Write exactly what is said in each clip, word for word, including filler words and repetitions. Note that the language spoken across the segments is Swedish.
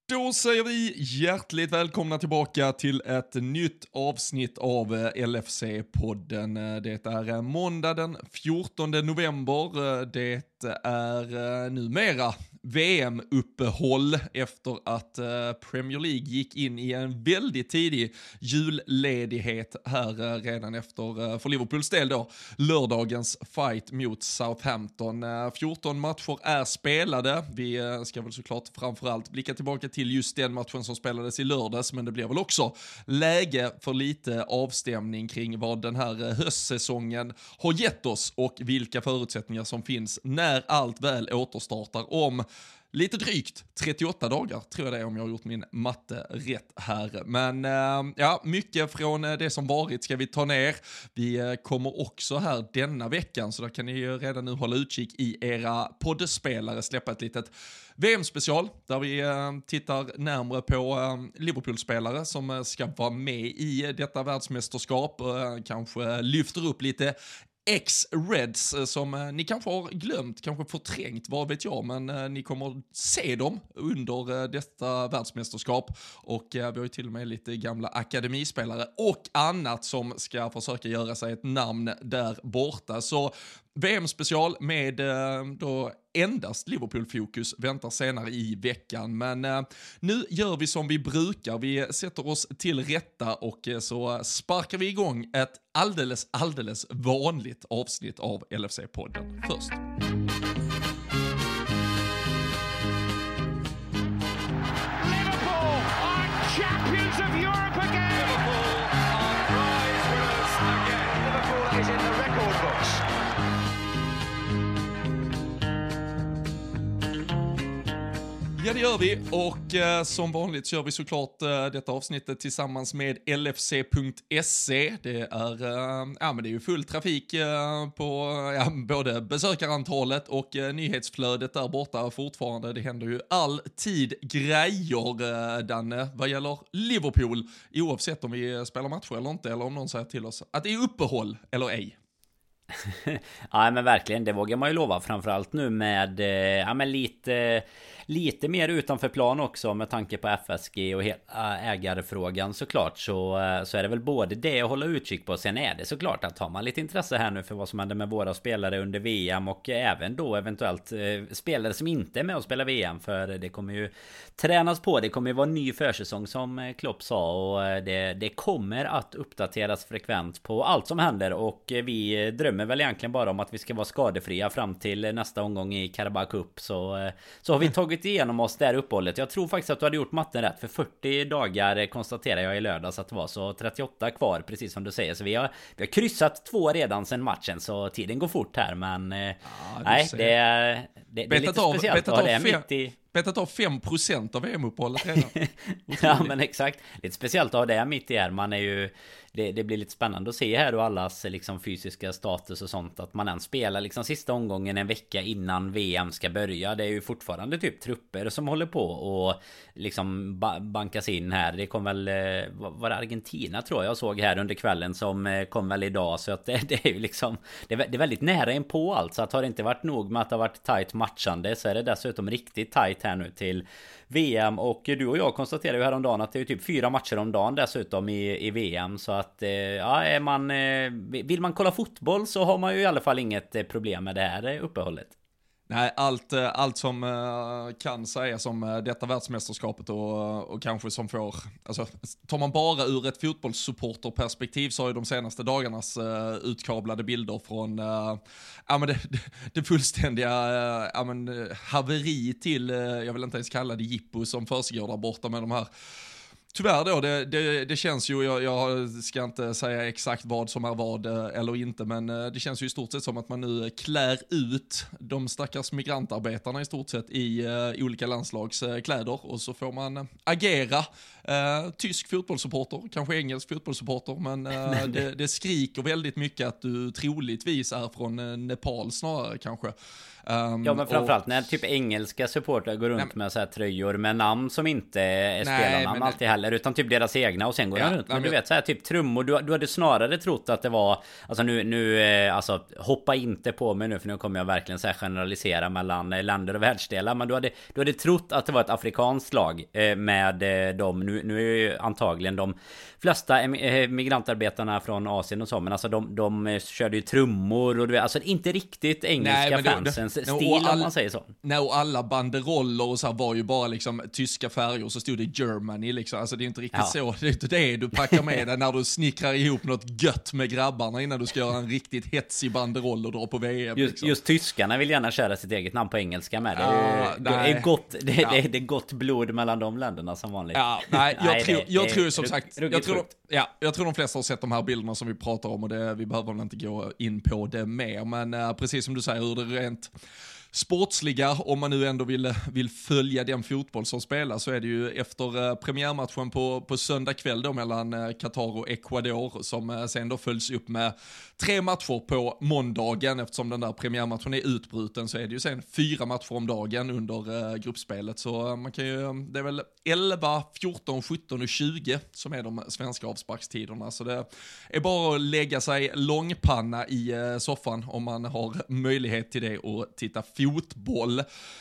Då säger vi hjärtligt välkomna tillbaka till ett nytt avsnitt av L F C-podden. Det är måndag den fjortonde november. Det är numera V M-uppehåll efter att Premier League gick in i en väldigt tidig julledighet här redan efter, för Liverpools del då, lördagens fight mot Southampton. fjorton matcher är spelade. Vi ska väl såklart framförallt blicka tillbaka till just den matchen som spelades i lördags, men det blir väl också läge för lite avstämning kring vad den här höstsäsongen har gett oss och vilka förutsättningar som finns när allt väl återstartar om lite drygt trettioåtta dagar, tror jag det är om jag har gjort min matte rätt här. Men äh, ja, mycket från det som varit ska vi ta ner. Vi äh, kommer också här denna veckan, så där kan ni ju redan nu hålla utkik i era poddspelare, släppa ett litet V M-special där vi äh, tittar närmare på äh, Liverpool-spelare som äh, ska vara med i detta världsmästerskap och äh, kanske lyfter upp lite X-Reds som eh, ni kanske har glömt, kanske förträngt, vad vet jag, men eh, ni kommer se dem under eh, detta världsmästerskap och eh, vi har ju till och med lite gamla akademispelare och annat som ska försöka göra sig ett namn där borta. Så V M-special med eh, då endast Liverpool-fokus väntar senare i veckan. Men eh, nu gör vi som vi brukar. Vi sätter oss till rätta och eh, så sparkar vi igång ett alldeles, alldeles vanligt avsnitt av L F C-podden först. Liverpool are champions of Europe again! Liverpool are prize winners again. Liverpool is in the record books. Ja, det gör vi och eh, som vanligt så gör vi såklart eh, detta avsnittet tillsammans med L F C punkt se. Det är, eh, ja, men det är ju full trafik eh, på ja, både besökarantalet och eh, nyhetsflödet där borta fortfarande. Det händer ju alltid grejer, eh, Danne, vad gäller Liverpool, oavsett om vi spelar matcher eller inte, eller om någon säger till oss att det är uppehåll eller ej. Ja, men verkligen, det vågar man ju lova, framförallt nu med ja, men lite, lite mer utanför plan också med tanke på F S G och hela ägarfrågan såklart, så, så är det väl både det att hålla utkik på. Sen är det såklart att har man lite intresse här nu för vad som händer med våra spelare under V M och även då eventuellt eh, spelare som inte är med och spelar V M, för det kommer ju tränas på, det kommer ju vara en ny försäsong som Klopp sa, och det, det kommer att uppdateras frekvent på allt som händer, och vi drömmer men väl egentligen bara om att vi ska vara skadefria fram till nästa omgång i Carabao Cup, så, så har vi tagit igenom oss där uppehållet. Jag tror faktiskt att du hade gjort matten rätt, för fyrtio dagar konstaterar jag i lördags att det var, så trettioåtta kvar precis som du säger, så vi har, vi har kryssat två redan sedan matchen, så tiden går fort här, men ja, nej, det är, det, det är lite av, speciellt att ha det mitt i Bettat av fem procent av V M-uppehållet redan. Ja, men exakt. Lite speciellt att ha det mitt i här. Man är ju, det, det blir lite spännande att se här och allas liksom fysiska status och sånt. Att man än spelar liksom sista omgången en vecka innan V M ska börja. Det är ju fortfarande typ trupper som håller på och liksom ba- bankas in här. Det kom väl, var det Argentina tror jag jag såg här under kvällen som kom väl idag. Så att det, det är ju liksom, det är, det är väldigt nära in på allt. Så att har det inte varit nog med att det har varit tajt matchande, så är det dessutom riktigt tajt här nu till V M. Och du och jag konstaterade ju häromdagen att det är typ fyra matcher om dagen dessutom i, i V M. Så att ja, är man, vill man kolla fotboll så har man ju i alla fall inget problem med det här uppehållet. Nej, allt, allt som uh, kan sägas om uh, detta världsmästerskapet och, och kanske som får, alltså tar man bara ur ett fotbollssupporterperspektiv så har ju de senaste dagarnas uh, utkablade bilder från uh, ja, men det, det, det fullständiga uh, ja, men, haveri till, uh, jag vill inte ens kalla det jippo som försiggår där borta med de här. Tyvärr då, det, det, det känns ju, jag, jag ska inte säga exakt vad som är vad eller inte, men det känns ju i stort sett som att man nu klär ut de stackars migrantarbetarna i stort sett i uh, olika landslagskläder, och så får man agera uh, tysk fotbollssupporter, kanske engelsk fotbollssupporter, men uh, det, det skriker väldigt mycket att du troligtvis är från uh, Nepal snarare kanske. Um, ja, men framförallt och, när typ engelska supportrar går runt nej, med så här tröjor med namn som inte är spelarnamn alltid heller. heller, utan typ deras egna, och sen går Ja, han runt. Men nej, du men- vet så här, typ trummor, du, du hade snarare trott att det var, alltså nu, nu eh, alltså hoppa inte på mig nu, för nu kommer jag verkligen så här generalisera mellan eh, länder och världsdelar, men du hade, du hade trott att det var ett afrikanskt lag eh, med eh, de, nu, nu är ju antagligen de flesta eh, migrantarbetarna från Asien och så, men alltså de, de eh, körde ju trummor och du vet, alltså inte riktigt engelska Nej, men det- fansens det- stil, och all- om man säger så. Nej, och alla banderoller och så här var ju bara liksom tyska färger, och så stod det Germany liksom. Alltså det är inte riktigt Ja. så. Det är inte det du packar med dig när du snickrar ihop något gött med grabbarna innan du ska göra en riktigt hetsig banderoll och dra på V M. Just, Liksom. just tyskarna vill gärna köra sitt eget namn på engelska med. Det är, Ja, ju- det är, nej. gott, det, Ja. det, är, det är gott blod mellan de länderna som vanligt. Ja, nej, jag Nej, tror, det- jag det är tror som rugg- sagt, jag ruggigt tror, sjukt. ja, jag tror de flesta har sett de här bilderna som vi pratar om, och det, vi behöver väl inte gå in på det mer, men uh, precis som du säger, hur det rent sportsliga, om man nu ändå vill, vill följa den fotboll som spelas, så är det ju efter uh, premiärmatchen på, på söndag kväll då mellan uh, Qatar och Ecuador, som uh, sen då följs upp med tre matcher på måndagen. Eftersom den där premiärmatchen är utbruten så är det ju sen fyra matcher om dagen under uh, gruppspelet, så uh, man kan ju, um, det är väl elva, fjorton, sjutton och tjugo som är de svenska avsparkstiderna, så det är bara att lägga sig långpanna i uh, soffan om man har möjlighet till det och titta fotboll.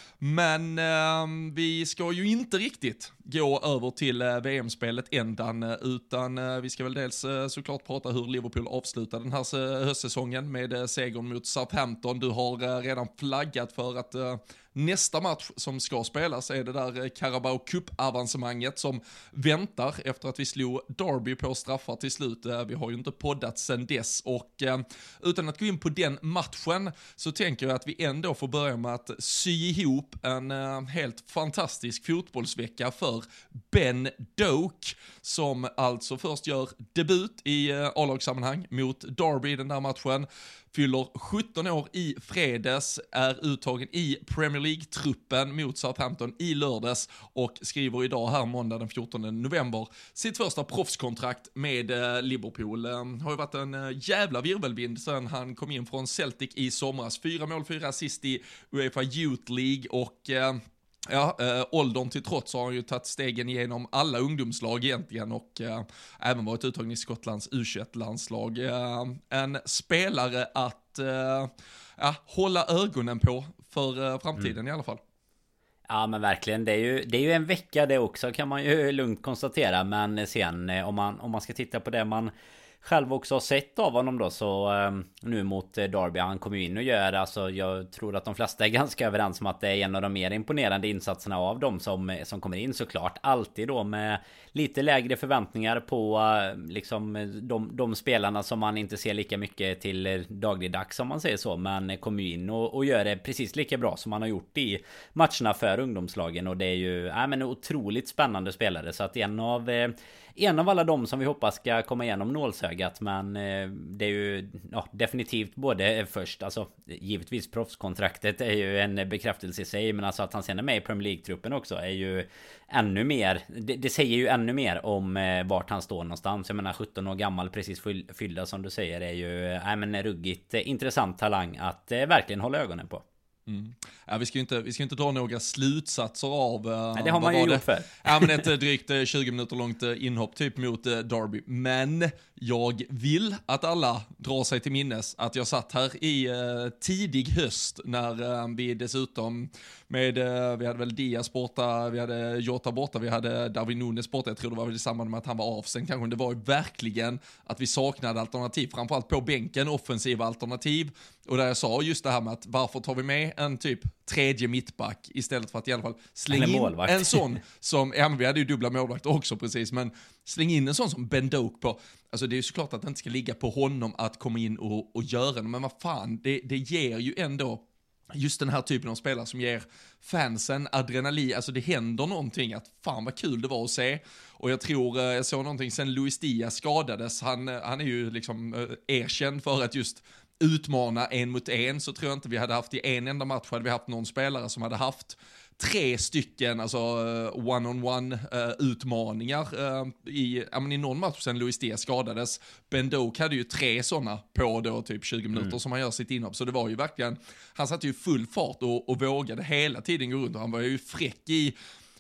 Men eh, vi ska ju inte riktigt gå över till eh, V M-spelet ändan, eh, utan eh, vi ska väl dels eh, såklart prata hur Liverpool avslutade den här eh, höstsäsongen med eh, segern mot Southampton. Du har eh, redan flaggat för att eh, nästa match som ska spelas är det där eh, Carabao Cup-avancemanget som väntar efter att vi slog Derby på straffar till slut. Eh, vi har ju inte poddat sedan dess, och eh, utan att gå in på den matchen så tänker jag att vi ändå får börja med att sy ihop en eh, helt fantastisk fotbollsvecka för Ben Doak, som alltså först gör debut i eh, A-lagssammanhang mot Derby i den där matchen, fyller sjutton år i fredags, är uttagen i Premier League-truppen mot Southampton i lördags och skriver idag här måndag den fjortonde november sitt första proffskontrakt med eh, Liverpool. Eh, har ju varit en eh, jävla virvelvind sedan han kom in från Celtic i somras. Fyra mål, fyra assist i UEFA Youth League, och eh, Ja, äh, åldern till trots har han ju tagit stegen igenom alla ungdomslag egentligen, och äh, även varit uttagen i Skottlands U tjugoett-landslag. Äh, en spelare att äh, ja, hålla ögonen på för äh, framtiden mm. i alla fall. Ja men verkligen, det är ju, det är ju en vecka det också, kan man ju lugnt konstatera. Men sen om man, om man ska titta på det man själv också har sett av honom då, så um, nu mot uh, Derby, han kommer ju in och gör, alltså jag tror att de flesta är ganska överens om att det är en av de mer imponerande insatserna av dem som, som kommer in, såklart alltid då med lite lägre förväntningar på uh, liksom de, de spelarna som man inte ser lika mycket till uh, dagligdags, om man säger så, men kommer in och, och gör det precis lika bra som man har gjort i matcherna för ungdomslagen, och det är ju äh, men otroligt spännande spelare, så att en av uh, en av alla dem som vi hoppas ska komma igenom nålsögat. Men eh, det är ju ja, definitivt både först, alltså givetvis proffskontraktet är ju en bekräftelse i sig, men alltså att han sen är med i Premier League-truppen också är ju ännu mer, det, det säger ju ännu mer om eh, vart han står någonstans. Jag menar sjutton år gammal, precis fyllda som du säger, är ju äh, men ruggigt eh, intressant talang att eh, verkligen hålla ögonen på. Mm. Ja, vi ska ju inte, vi ska inte dra några slutsatser av... Uh, Nej, det har man ju gjort för. Ja, men ett drygt uh, tjugo minuter långt uh, inhopp typ mot uh, Derby. Men jag vill att alla drar sig till minnes att jag satt här i uh, tidig höst när uh, vi dessutom med, uh, vi hade väl Diaz borta, vi hade Jota borta, vi hade Darwin Núñez borta. Jag tror det var väl i samband med att han var av. Sen kanske det var ju verkligen att vi saknade alternativ, framförallt på bänken, offensiva alternativ. Och där jag sa just det här med att varför tar vi med en typ tredje mittback istället för att i alla fall slänga in en sån som, ja men vi hade ju dubbla målvakter också precis, men släng in en sån som Ben Doak på, alltså det är ju såklart att det inte ska ligga på honom att komma in och, och göra det, men vad fan, det, det ger ju ändå just den här typen av spelare som ger fansen adrenalin, alltså det händer någonting, att fan vad kul det var att se. Och jag tror, jag såg någonting sen Luis Diaz skadades, han, han är ju liksom erkänd för att just utmana en mot en, så tror jag inte vi hade haft i en enda match hade vi haft någon spelare som hade haft tre stycken alltså uh, one-on-one uh, utmaningar uh, i, I, mean, i någon match sen Luis Diaz skadades. Ben Doak hade ju tre sådana på då typ tjugo minuter mm. som han gör sitt inhopp, så det var ju verkligen, han satte ju full fart och, och vågade hela tiden gå runt, och han var ju fräck i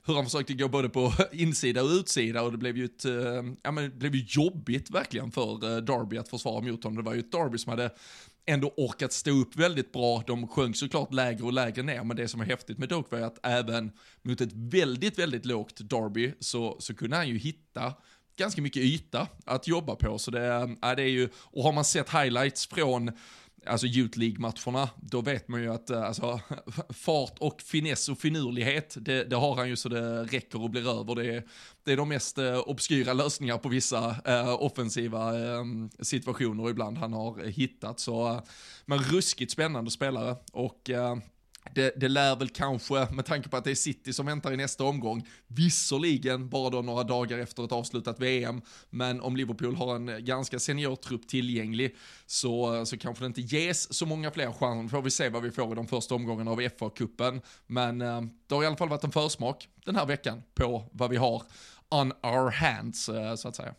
hur han försökte gå både på insida och utsida, och det blev ju ett, ja, men det blev ju jobbigt verkligen för Derby att försvara mot honom. Det var ju ett Derby som hade ändå orkat stå upp väldigt bra. De sjönk såklart lägre och lägre ner, men det som är häftigt med Doak var att även mot ett väldigt, väldigt lågt Derby så, så kunde han ju hitta ganska mycket yta att jobba på. Så det, ja, det är ju, och har man sett highlights från alltså Youth League-matcherna, då vet man ju att alltså, fart och finess och finurlighet, det, det har han ju så det räcker och blir över. Det är, det är de mest eh, obskyra lösningar på vissa eh, offensiva eh, situationer ibland han har hittat. Så, eh, men ruskigt spännande spelare, och eh, Det, det lär väl kanske, med tanke på att det är City som väntar i nästa omgång, visserligen bara då några dagar efter ett avslutat V M, men om Liverpool har en ganska senior trupp tillgänglig så, så kanske det inte ges så många fler chanser. Får vi se vad vi får i de första omgångarna av F A-cupen, men eh, det har i alla fall varit en försmak den här veckan på vad vi har on our hands, eh, så att säga.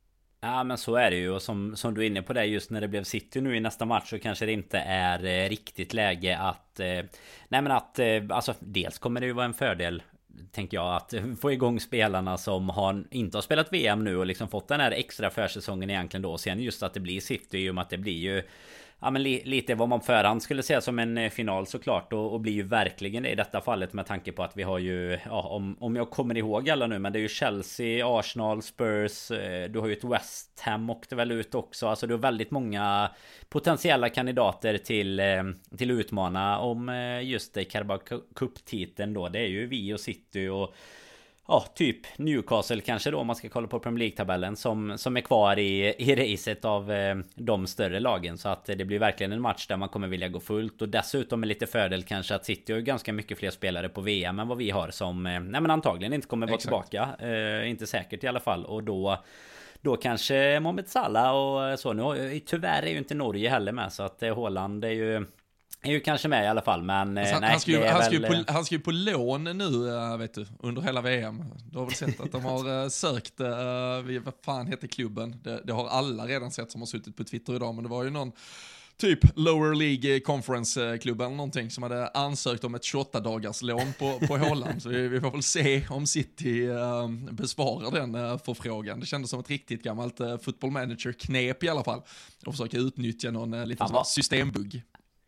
Ja, men så är det ju, och som, som du är inne på det, just när det blev City nu i nästa match så kanske det inte är eh, riktigt läge att eh, nej men att eh, alltså dels kommer det ju vara en fördel, tänker jag, att få igång spelarna som har, inte har spelat V M nu och liksom fått den här extra försäsongen egentligen då. Sen just att det blir City, i och med att det blir ju ja, men li, lite vad man förhand skulle säga som en final såklart, och, och blir ju verkligen det i detta fallet, med tanke på att vi har ju, ja, om, om jag kommer ihåg alla nu, men det är ju Chelsea, Arsenal, Spurs, du har ju ett West Ham åkte väl ut också, alltså du har väldigt många potentiella kandidater till, till utmana om just Carabao Cup-titeln då. Det är ju vi och City och ja, typ Newcastle kanske då, om man ska kolla på Premier League-tabellen, som, som är kvar i, i racet av eh, de större lagen. Så att det blir verkligen en match där man kommer vilja gå fullt. Och dessutom med lite fördel kanske att City har ju ganska mycket fler spelare på V M än vad vi har, som eh, nej men antagligen inte kommer vara Exakt. tillbaka. Eh, inte säkert i alla fall. Och då Då kanske Mohamed Salah och så. Nu, tyvärr är ju inte Norge heller med, så att eh, Haaland är ju är ju kanske med i alla fall, men alltså, han, nej, han, ska ju, han, väl... ska ju på, han ska ju på lån nu, vet du, under hela V M. Du har väl sett att de har sökt, uh, vad fan heter klubben? Det, det har alla redan sett som har suttit på Twitter idag, men det var ju någon typ Lower League Conference-klubben eller någonting som hade ansökt om ett tjugoåtta dagars lån på, på Haaland. Så vi, vi får väl se om City uh, besvarar den uh, förfrågan. Det kändes som ett riktigt gammalt uh, football manager-knep i alla fall, och försöka utnyttja någon uh, liten ja, systembugg.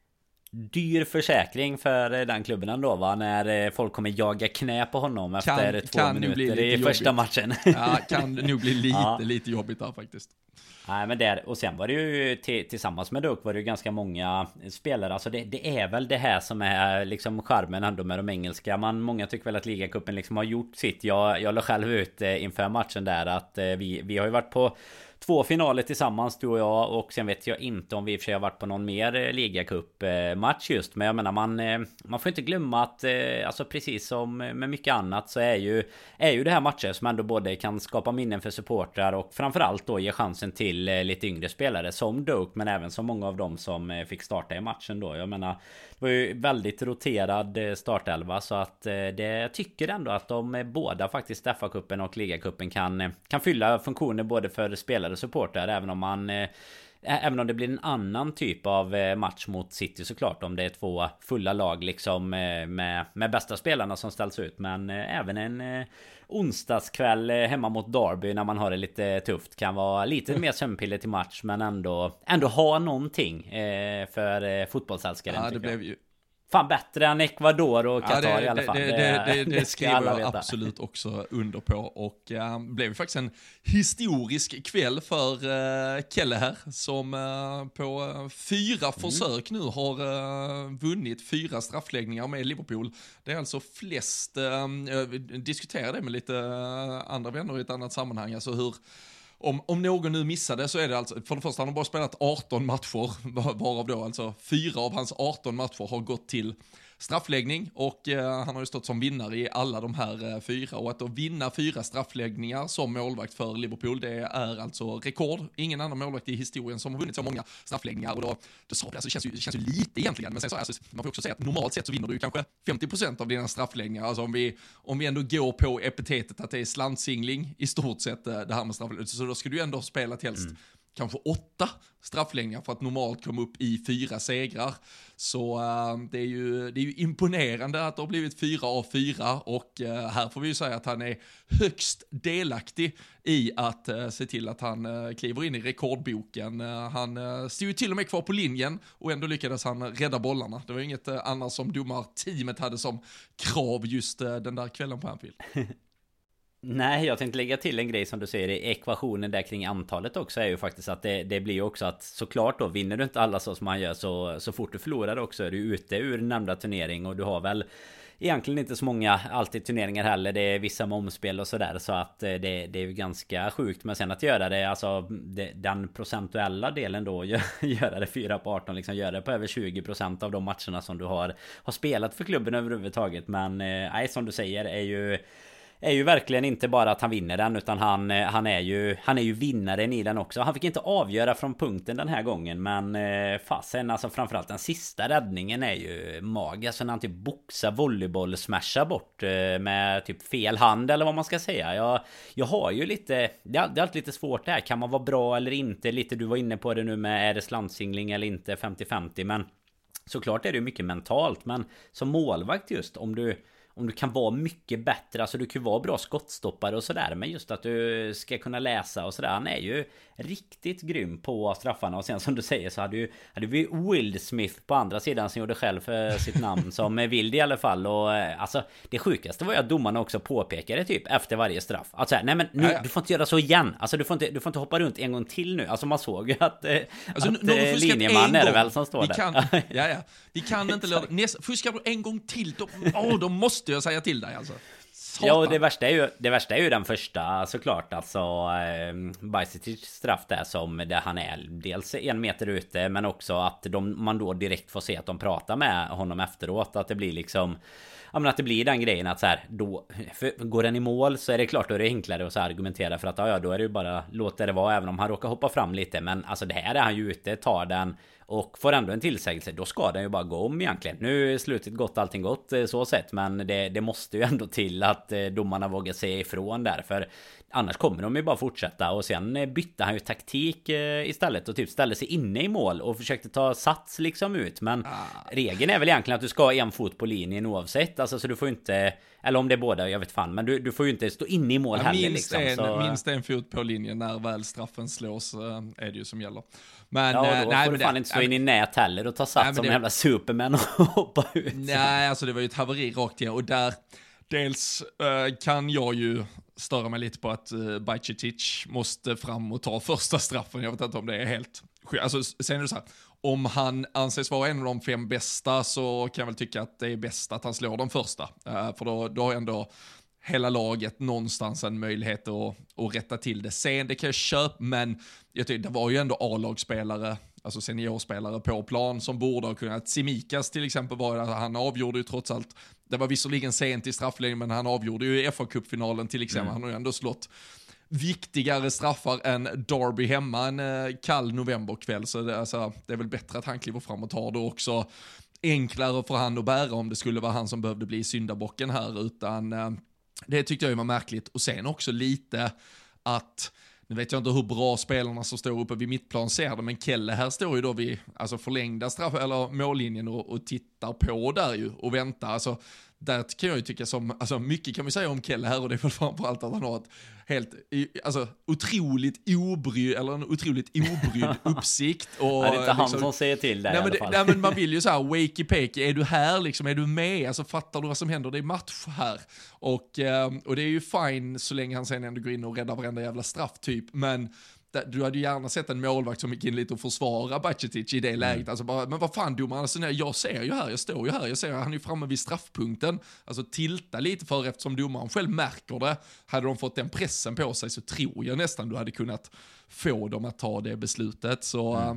Dyr försäkring för den klubben ändå, va? När folk kommer jaga knä på honom efter kan, två kan minuter i jobbigt. Första matchen. Ja, kan nog bli lite, ja. lite jobbigt där faktiskt. Nej, men där, och sen var det ju t- tillsammans med Doak var det ju ganska många spelare. Alltså det, det är väl det här som är liksom charmen ändå med de engelska. Man, många tycker väl att ligacupen liksom har gjort sitt. Jag, jag la själv ut inför matchen där att vi, vi har ju varit på två finaler tillsammans, du och jag, och sen vet jag inte om vi i och för sig har varit på någon mer ligacup-match just. Men jag menar, man, man får inte glömma att alltså precis som med mycket annat så är ju, är ju det här matcher som ändå både kan skapa minnen för supportrar och framförallt då ge chansen till lite yngre spelare som Doak, men även som många av dem som fick starta i matchen då. Jag menar, det var ju väldigt roterad startelva, så att det tycker ändå att de båda faktiskt F A-cupen och ligacupen kan, kan fylla funktioner både för spelare och supportrar, även om man även om det blir en annan typ av match mot City såklart, om det är två fulla lag liksom med, med bästa spelarna som ställs ut. Men även en onsdagskväll hemma mot Derby när man har det lite tufft kan vara lite mer sömnpiller till match, men ändå, ändå ha någonting för fotbollsälskaren. Ja, det blev ju fan bättre än Ecuador och Qatar, ja, det, i alla fall. Det, det, det, det, det skriver jag absolut också under på. Och äh, blev faktiskt en historisk kväll för äh, Kelleher som äh, på äh, fyra mm. försök nu har äh, vunnit fyra straffläggningar med Liverpool. Det är alltså flest, äh, jag diskuterade det med lite äh, andra vänner i ett annat sammanhang, alltså hur Om, om någon nu missade så är det alltså, för det första han har bara spelat arton matcher, varav då alltså fyra av hans arton matcher har gått till straffläggning, och eh, han har ju stått som vinnare i alla de här eh, fyra, och att då vinna fyra straffläggningar som målvakt för Liverpool, det är alltså rekord. Ingen annan målvakt i historien som har vunnit så många straffläggningar, och då, då sa det, alltså, det, känns ju, det känns ju lite egentligen, men sen så alltså, man får också säga att normalt sett så vinner du kanske femtio procent av dina straffläggningar, alltså om vi, om vi ändå går på epitetet att det är slantsingling i stort sett det här med straffläggning, så då ska du ändå ha spelat helst mm. kanske åtta straffläggningar för att normalt komma upp i fyra segrar. Så uh, det, är ju, det är ju imponerande att det har blivit fyra av fyra och uh, här får vi ju säga att han är högst delaktig i att uh, se till att han uh, kliver in i rekordboken. Uh, han uh, stod ju till och med kvar på linjen och ändå lyckades han rädda bollarna. Det var inget uh, annars som domarteamet hade som krav just uh, den där kvällen på Anfield. Nej, jag tänkte lägga till en grej som du säger i ekvationen där kring antalet också är ju faktiskt att det, det blir ju också att såklart då vinner du inte alla så som man gör så, så fort du förlorar också är du ute ur nämnda turnering och du har väl egentligen inte så många alltid turneringar heller. Det är vissa med omspel och sådär så att det, det är ju ganska sjukt. Men sen att göra det, alltså det, den procentuella delen då göra det fyra på arton, liksom göra det på över tjugo procent av de matcherna som du har, har spelat för klubben överhuvudtaget. Men nej, som du säger är ju är ju verkligen inte bara att han vinner den utan han, han, är ju, han är ju vinnaren i den också. Han fick inte avgöra från punkten den här gången men eh, fasen, alltså framförallt den sista räddningen är ju mag. Alltså när han typ boxar volleyboll smashar bort eh, med typ fel hand eller vad man ska säga. Jag, jag har ju lite, det är, det är alltid lite svårt det här. Kan man vara bra eller inte? Lite du var inne på det nu med är det slantsingling eller inte femtio femtio men såklart är det ju mycket mentalt men som målvakt just om du Om du kan vara mycket bättre, alltså du kan ju vara bra skottstoppare och sådär. Men just att du ska kunna läsa och sådär. Han är ju riktigt grym på straffarna. Och sen som du säger så hade ju hade vi Will Smith på andra sidan som gjorde själv för sitt namn som vild i alla fall. Och alltså det sjukaste var ju att domarna också påpekade typ efter varje straff. Alltså nej men nu, du får inte göra så igen. Alltså du får inte, du får inte hoppa runt en gång till nu. Alltså man såg ju att, alltså, att nu, linjeman är det väl som står vi där. Kan, ja, ja. Vi kan inte låta... Fuskar du en gång till, då, oh, då måste jag säga till dig alltså. Satan. Ja, och det värsta är ju det värsta är ju den första såklart alltså eh, Bajsetic straff där som där han är dels en meter ute men också att de, man då direkt får se att de pratar med honom efteråt att det blir liksom ja men att det blir den grejen att så här då för, går den i mål så är det klart då är det enklare att så argumentera för att ja, ja då är det ju bara låter det vara även om han råkar hoppa fram lite men alltså det här är han ju ute tar den och får ändå en tillsägelse, då ska den ju bara gå om egentligen. Nu är slutet gott, allting gott så sett, men det, det måste ju ändå till att domarna vågar säga ifrån där, för annars kommer de ju bara fortsätta. Och sen bytte han ju taktik istället och typ ställde sig inne i mål och försökte ta sats liksom ut. Men ah. regeln är väl egentligen att du ska ha en fot på linjen oavsett, alltså så du får inte, eller om det är båda, jag vet fan, men du, du får ju inte stå inne i mål ja, heller minst liksom. En, så... minst en fot på linjen när väl straffen slås är det ju som gäller. Men, ja, då äh, nej, får du fan det, inte stå in i nät heller och ta sats nej, som det, en jävla Superman och hoppa ut. Nej, alltså det var ju ett haveri rakt igen. Och där, dels äh, kan jag ju störa mig lite på att äh, Bajcetic måste fram och ta första straffen. Jag vet inte om det är helt... Alltså, sen är det så här, om han anses vara en av de fem bästa så kan jag väl tycka att det är bäst att han slår den första. Äh, för då, då har ändå hela laget någonstans en möjlighet att, att rätta till det. Sen, det kan jag köpa, men jag tycker det var ju ändå A-lagspelare, alltså seniorspelare på plan som borde ha kunnat. Simikas till exempel var det, han avgjorde ju trots allt, det var visserligen sent i strafflängden, men han avgjorde ju i F A-cupfinalen till exempel. Mm. Han har ju ändå slått viktigare straffar än Derby hemma en eh, kall novemberkväll, så det, alltså, det är väl bättre att han kliver fram och tar det också. Enklare för han att bära om det skulle vara han som behövde bli syndabocken här, utan eh, det tyckte jag ju var märkligt. Och sen också lite att, nu vet jag inte hur bra spelarna som står uppe vid mittplan ser det, men Kelle här står ju då vid alltså förlängda straff eller mållinjen och, och tittar på där ju och väntar. Alltså där kan jag ju tycka som, alltså mycket kan vi säga om Kelle här, och det är väl framförallt att han har ett helt, alltså otroligt obrydd, eller en otroligt obrydd uppsikt. Och är det inte liksom, han som säger till det nej, i alla men, fall? Nej men man vill ju så här, wakey pakey, är du här liksom, är du med? Alltså fattar du vad som händer? Det är match här. Och, och det är ju fine så länge han sen ändå går in och räddar varenda jävla straff typ, men du hade ju gärna sett en målvakt som gick in lite och försvara Bajcetic i det läget. Mm. Alltså bara, men vad fan domaren, alltså, nej, jag ser ju här, jag står ju här, jag ser att han är ju framme vid straffpunkten. Alltså tilta lite för, eftersom domaren själv märker det. Hade de fått den pressen på sig så tror jag nästan du hade kunnat få dem att ta det beslutet. Så mm.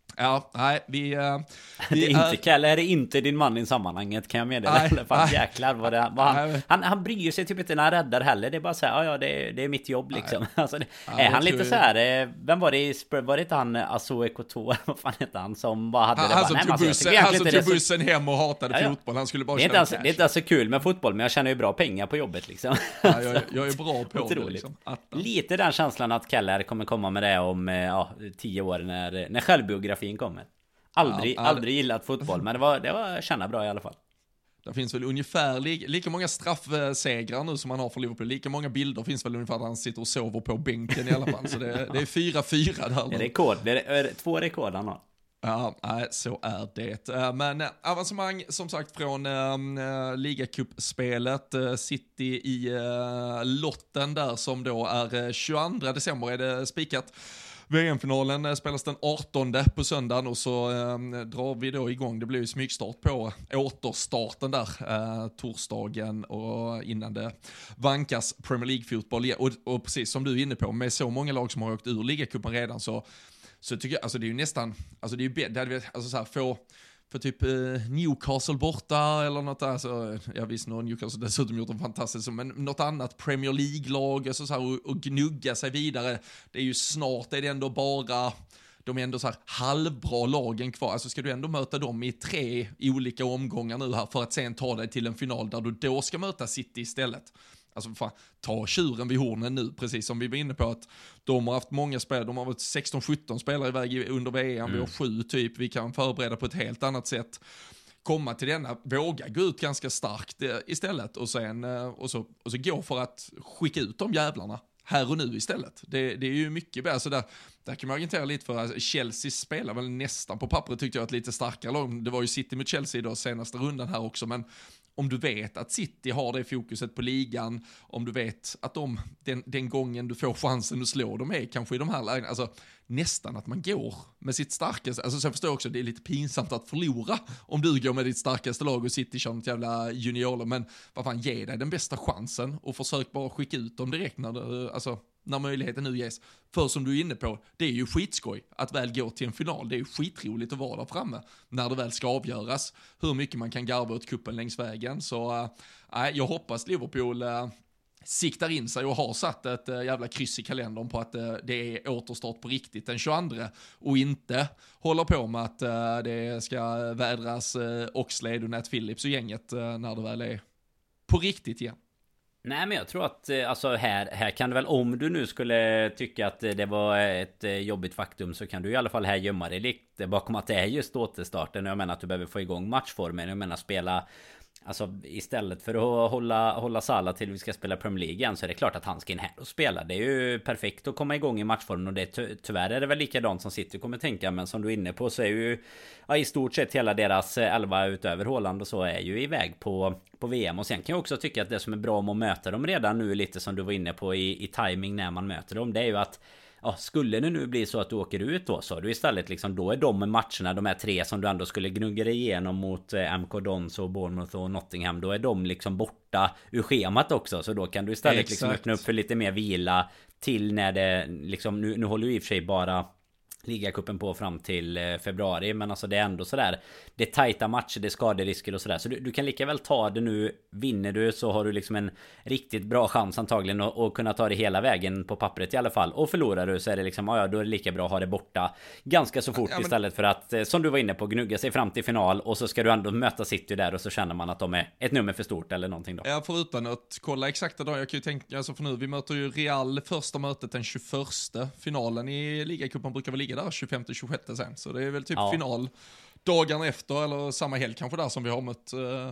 Ja, nej, vi... Uh, vi det är är... inte Keller, är inte din man i sammanhanget, kan jag meddela. Nej, fan, jäklar vad det vad han, han, han bryr sig typ inte när han räddar heller. Det är bara så här, ja, ja det, det är mitt jobb liksom. Alltså, det, ja, är han lite så här, vem var det i Spurs, var det inte han Asso Ekoto, vad fan heter han som bara hade han, det bara, han som tog bussen, han som tog bussen hem och hatade ja, ja. fotboll, han skulle bara det är, inte alltså, det är inte så kul med fotboll, men jag tjänar ju bra pengar på jobbet liksom. Ja, jag, jag är bra på det liksom. Lite den känslan att Keller kommer komma med det om ja, tio år när, när självbiografin kommer. Aldrig, ja, aldrig gillat fotboll, men det var, det var känna bra i alla fall. Det finns väl ungefär li, lika många straffsegrar nu som man har för Liverpool. Lika många bilder finns väl ungefär där han sitter och sover på bänken i alla fall. Så det, det är fyra fyra där. Det är rekord, det är två rekord han har. Ja, nej, så är det. Men avancemang som sagt från äh, ligacupspelet, äh, City i äh, lotten där som då är tjugoandra december är det spikat. V M-finalen spelas den artonde på söndagen och så eh, drar vi då igång. Det blir ju smygstart på återstarten där eh, torsdagen och innan det vankas Premier League-fotboll. Och, och precis som du är inne på, med så många lag som har åkt ur ligacupen redan så, så tycker jag, alltså det är ju nästan, alltså det är ju, det hade vi, alltså så här, få för typ eh, Newcastle borta eller något där, så jag visste nog Newcastle dessutom gjort en fantastisk, men något annat Premier League-lag alltså så här, och, och gnugga sig vidare, det är ju snart, är det ändå bara de är ändå så här halvbra lagen kvar, alltså ska du ändå möta dem i tre olika omgångar nu här för att sen ta dig till en final där du då ska möta City istället. Alltså fan, ta tjuren vid hornen nu, precis som vi var inne på att de har haft många spelare, de har varit sexton sjutton spelare iväg under V M, mm. vi har sju typ, vi kan förbereda på ett helt annat sätt. Komma till denna, våga gå ut ganska starkt istället och sen och så, och så gå för att skicka ut de jävlarna här och nu istället. Det, det är ju mycket bättre, så där, där kan man argumentera lite för att Chelsea spelar väl nästan på pappret tyckte jag ett lite starkare lag. Det var ju City mot Chelsea då senaste rundan här också, men om du vet att City har det fokuset på ligan, om du vet att de, den, den gången du får chansen att slå dem är kanske i de här lägena, alltså nästan att man går med sitt starkaste, alltså så jag förstår också att det är lite pinsamt att förlora om du går med ditt starkaste lag och City kör något jävla juniorlag, men vad fan, ge dig den bästa chansen och försök bara skicka ut dem direkt när det, alltså när möjligheten nu ges. För som du är inne på, det är ju skitskoj att väl gå till en final. Det är ju skitroligt att vara där framme när det väl ska avgöras. Hur mycket man kan garva åt kuppen längs vägen. Så äh, jag hoppas Liverpool äh, siktar in sig och har satt ett äh, jävla kryss i kalendern på att äh, det är återstart på riktigt den tjugoandra och inte håller på med att äh, det ska vädras äh, Oxlade och Nat Phillips och gänget äh, när det väl är på riktigt igen. Nej, men jag tror att alltså här, här kan du väl, om du nu skulle tycka att det var ett jobbigt faktum, så kan du i alla fall här gömma dig lite bakom att det är just återstarten. Jag menar att du behöver få igång matchformen. Jag menar spela, alltså istället för att hålla, hålla Salah till vi ska spela Premier League igen, så är det klart att han ska in här och spela. Det är ju perfekt att komma igång i matchformen, och det ty- tyvärr är det väl likadant som City kommer tänka. Men som du är inne på så är ju ja, i stort sett hela deras elva utöver Haaland och så är ju iväg på, på V M. Och sen kan jag också tycka att det som är bra om att möta dem redan nu, lite som du var inne på i, i timing när man möter dem, det är ju att ja, skulle det nu bli så att du åker ut då, så du istället liksom, då är de matcherna, de här tre som du ändå skulle gnugga dig igenom mot eh, M K Dons och Bournemouth och Nottingham, då är de liksom borta ur schemat också, så då kan du istället Exakt. liksom öppna upp för lite mer vila till när det liksom, nu, nu håller ju i och för sig bara ligacupen på fram till eh, februari, men alltså det är ändå sådär, det är tajta matcher, det är skaderisker och sådär, så du, du kan lika väl ta det nu. Vinner du så har du liksom en riktigt bra chans antagligen att, att kunna ta det hela vägen på pappret i alla fall, och förlorar du så är det liksom, ja då är det lika bra att ha det borta ganska så fort, ja, men istället för att, eh, som du var inne på, gnugga sig fram till final och så ska du ändå möta City där och så känner man att de är ett nummer för stort eller någonting då. Ja, förutom att kolla exakta dagar, jag kan ju tänka, alltså för nu, vi möter ju Real första mötet den tjugoförsta, finalen i ligacupen brukar väl ligga där tjugofemte tjugosjätte sen, så det är väl typ ja. final dagarna efter eller samma helg kanske där som vi har mött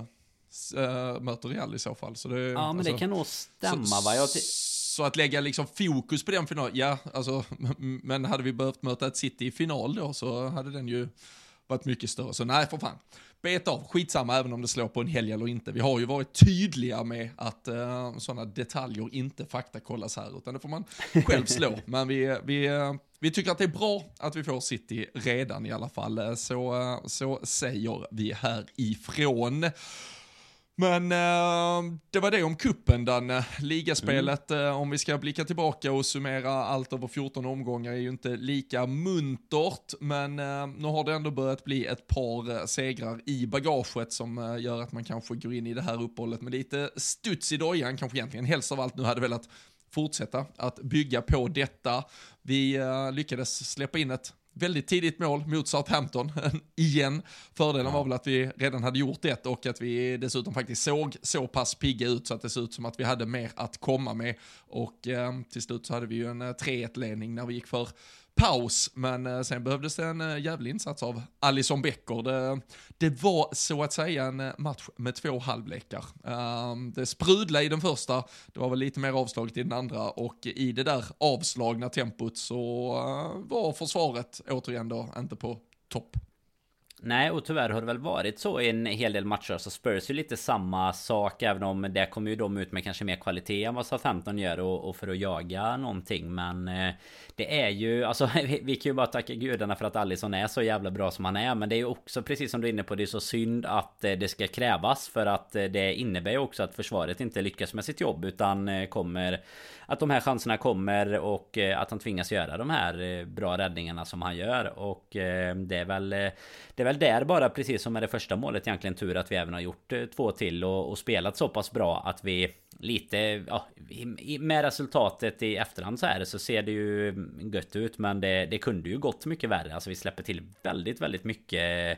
äh, möter Real i så fall, så det, ja men alltså, det kan nog stämma så, va? Jag så att lägga liksom fokus på den final, ja alltså, men hade vi behövt möta ett City i final då så hade den ju varit mycket större, så nej för fan, bet av, skitsamma även om det slår på en helg eller inte. Vi har ju varit tydliga med att uh, sådana detaljer inte faktakollas här, utan det får man själv slå. Men vi, vi, uh, vi tycker att det är bra att vi får City redan i alla fall, så, uh, så säger vi härifrån. Men eh, det var det om kuppen, den ligaspelet. Mm. Eh, om vi ska blicka tillbaka och summera allt över fjorton omgångar är ju inte lika muntert. Men eh, nu har det ändå börjat bli ett par eh, segrar i bagaget som eh, gör att man kanske går in i det här uppehållet med lite studs i dojan. Kanske egentligen helst av allt nu hade velat fortsätta att bygga på detta. Vi eh, lyckades släppa in ett väldigt tidigt mål mot Southampton igen. Fördelen var väl att vi redan hade gjort det och att vi dessutom faktiskt såg så pass pigga ut så att det såg ut som att vi hade mer att komma med. Och eh, till slut så hade vi ju en tre ett-ledning när vi gick för paus, men eh, sen behövdes det en eh, jävla insats av Alisson Becker. Det, det var så att säga en match med två halvlekar. Uh, det sprudlade i den första, det var väl lite mer avslaget i den andra, och i det där avslagna tempot så uh, var försvaret återigen då inte på topp. Nej, och tyvärr har det väl varit så i en hel del matcher. Så Spurs är ju lite samma sak, även om det kommer ju de ut med kanske mer kvalitet än vad Southampton gör och, och för att jaga någonting. Men eh, det är ju, alltså vi, vi kan ju bara tacka gudarna för att Alisson är så jävla bra som han är. Men det är ju också, precis som du är inne på, det är så synd att eh, det ska krävas. För att eh, det innebär ju också att försvaret inte lyckas med sitt jobb, utan eh, kommer, att de här chanserna kommer och eh, att han tvingas göra de här eh, bra räddningarna som han gör. Och eh, det är väl eh, det är väl där bara, precis som med det första målet, egentligen tur att vi även har gjort eh, två till och, och spelat så pass bra att vi lite, ja, i, med resultatet i efterhand så här så ser det ju gött ut, men det, det kunde ju gått mycket värre. Alltså vi släpper till väldigt, väldigt mycket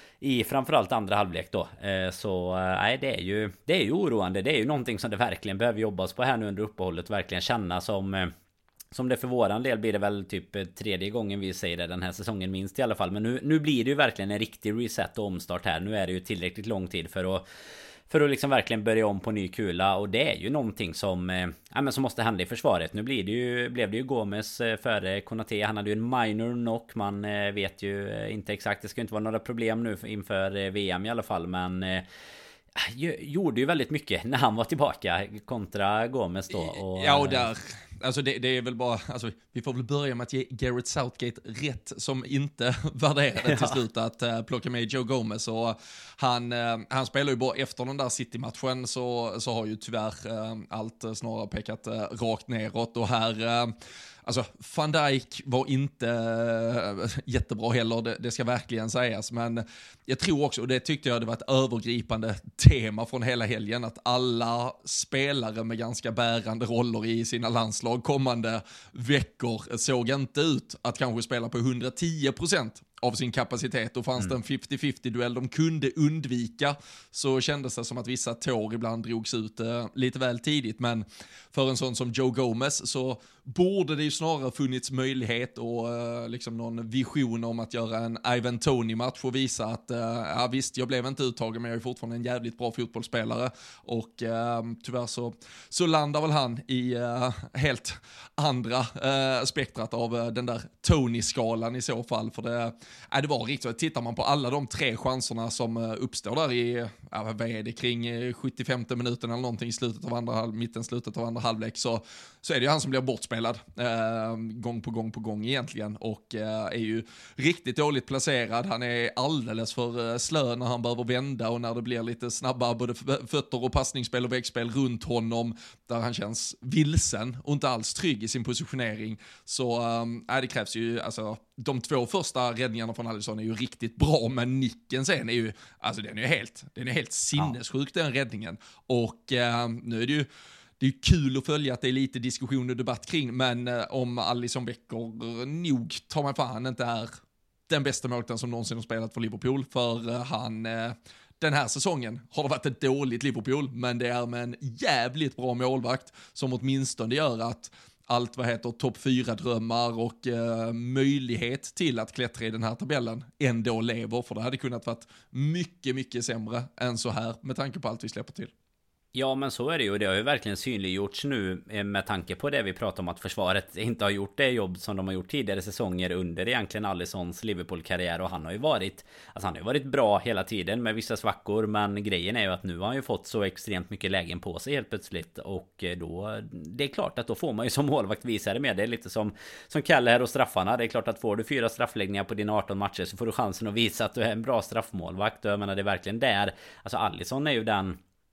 i framförallt andra halvlek då. Så nej, det är ju det är ju oroande. Det är ju någonting som det verkligen behöver jobbas på här nu under uppehållet. Verkligen känna som Som det för våran del blir det väl typ tredje gången vi säger det den här säsongen minst i alla fall. Men nu, nu blir det ju verkligen en riktig reset och omstart här. Nu är det ju tillräckligt lång tid för att För att liksom verkligen börja om på ny kula. Och det är ju någonting som eh, ja, men som måste hända i försvaret. Nu blir det ju, blev det ju Gomes eh, före Konate. Han hade ju en minor knock. Man eh, vet ju eh, inte exakt. Det ska inte vara några problem nu inför eh, V M i alla fall. Men eh, gjorde ju väldigt mycket när han var tillbaka kontra Gomes då. Och, ja, och där, alltså det, det är väl bara, alltså vi får väl börja med att ge Gareth Southgate rätt som inte värderade till slut att uh, plocka med Joe Gomez. Och han, uh, han spelar ju bara efter den där City-matchen så, så har ju tyvärr uh, allt uh, snarare pekat uh, rakt neråt. Och här, uh, alltså Van Dijk var inte uh, jättebra heller, det, det ska verkligen sägas. Men jag tror också, och det tyckte jag det var ett övergripande tema från hela helgen, att alla spelare med ganska bärande roller i sina landslag kommande veckor såg inte ut att kanske spela på hundratio procent av sin kapacitet, och fanns mm. det en femtio-femtio-duell de kunde undvika, så kändes det som att vissa tår ibland drogs ut eh, lite väl tidigt. Men för en sån som Joe Gomez så borde det ju snarare funnits möjlighet och eh, liksom någon vision om att göra en Ivan Toney-match och visa att eh, ja visst, jag blev inte uttagen, men jag är fortfarande en jävligt bra fotbollsspelare. Och eh, tyvärr så, så landar väl han i eh, helt andra eh, spektrat av eh, den där Tony-skalan i så fall. För det Ja, det var riktigt. Tittar man på alla de tre chanserna som uppstår där i, ja, vad är det, kring sjuttiofemte minuten eller någonting i slutet av andra halv, mitten slutet av andra halvlek, så, så är det ju han som blir bortspelad eh, gång på gång på gång egentligen, och eh, är ju riktigt dåligt placerad. Han är alldeles för eh, slö när han behöver vända, och när det blir lite snabbare både fötter och passningsspel och väggspel runt honom, där han känns vilsen och inte alls trygg i sin positionering, så eh, det krävs ju, alltså de två första räddningarna från Alisson är ju riktigt bra, men nicken sen är ju, alltså den är ju helt, den är helt sinnessjuk, den räddningen. Och eh, nu är det ju, det är ju kul att följa att det är lite diskussion och debatt kring, men eh, om Alisson Becker nog tar man fan inte är den bästa målvakten som någonsin har spelat för Liverpool, för eh, han eh, den här säsongen har det varit ett dåligt Liverpool, men det är med en jävligt bra målvakt som åtminstone gör att allt vad heter topp fyra drömmar och eh, möjlighet till att klättra i den här tabellen ändå lever, för det hade kunnat varit mycket, mycket sämre än så här med tanke på allt vi släpper till. Ja, men så är det ju, och det har ju verkligen synliggjorts nu med tanke på det vi pratar om, att försvaret inte har gjort det jobb som de har gjort tidigare säsonger under egentligen Alissons Liverpool-karriär. Och han har ju varit, alltså han har ju varit bra hela tiden med vissa svackor, men grejen är ju att nu har han ju fått så extremt mycket lägen på sig helt plötsligt, och då, det är klart att då får man ju som målvakt visa det med. Det är lite som, som Kalle här och straffarna. Det är klart att får du fyra straffläggningar på dina arton matcher så får du chansen att visa att du är en bra straffmålvakt. Och jag menar, det är verkligen där, alltså Alisson är ju den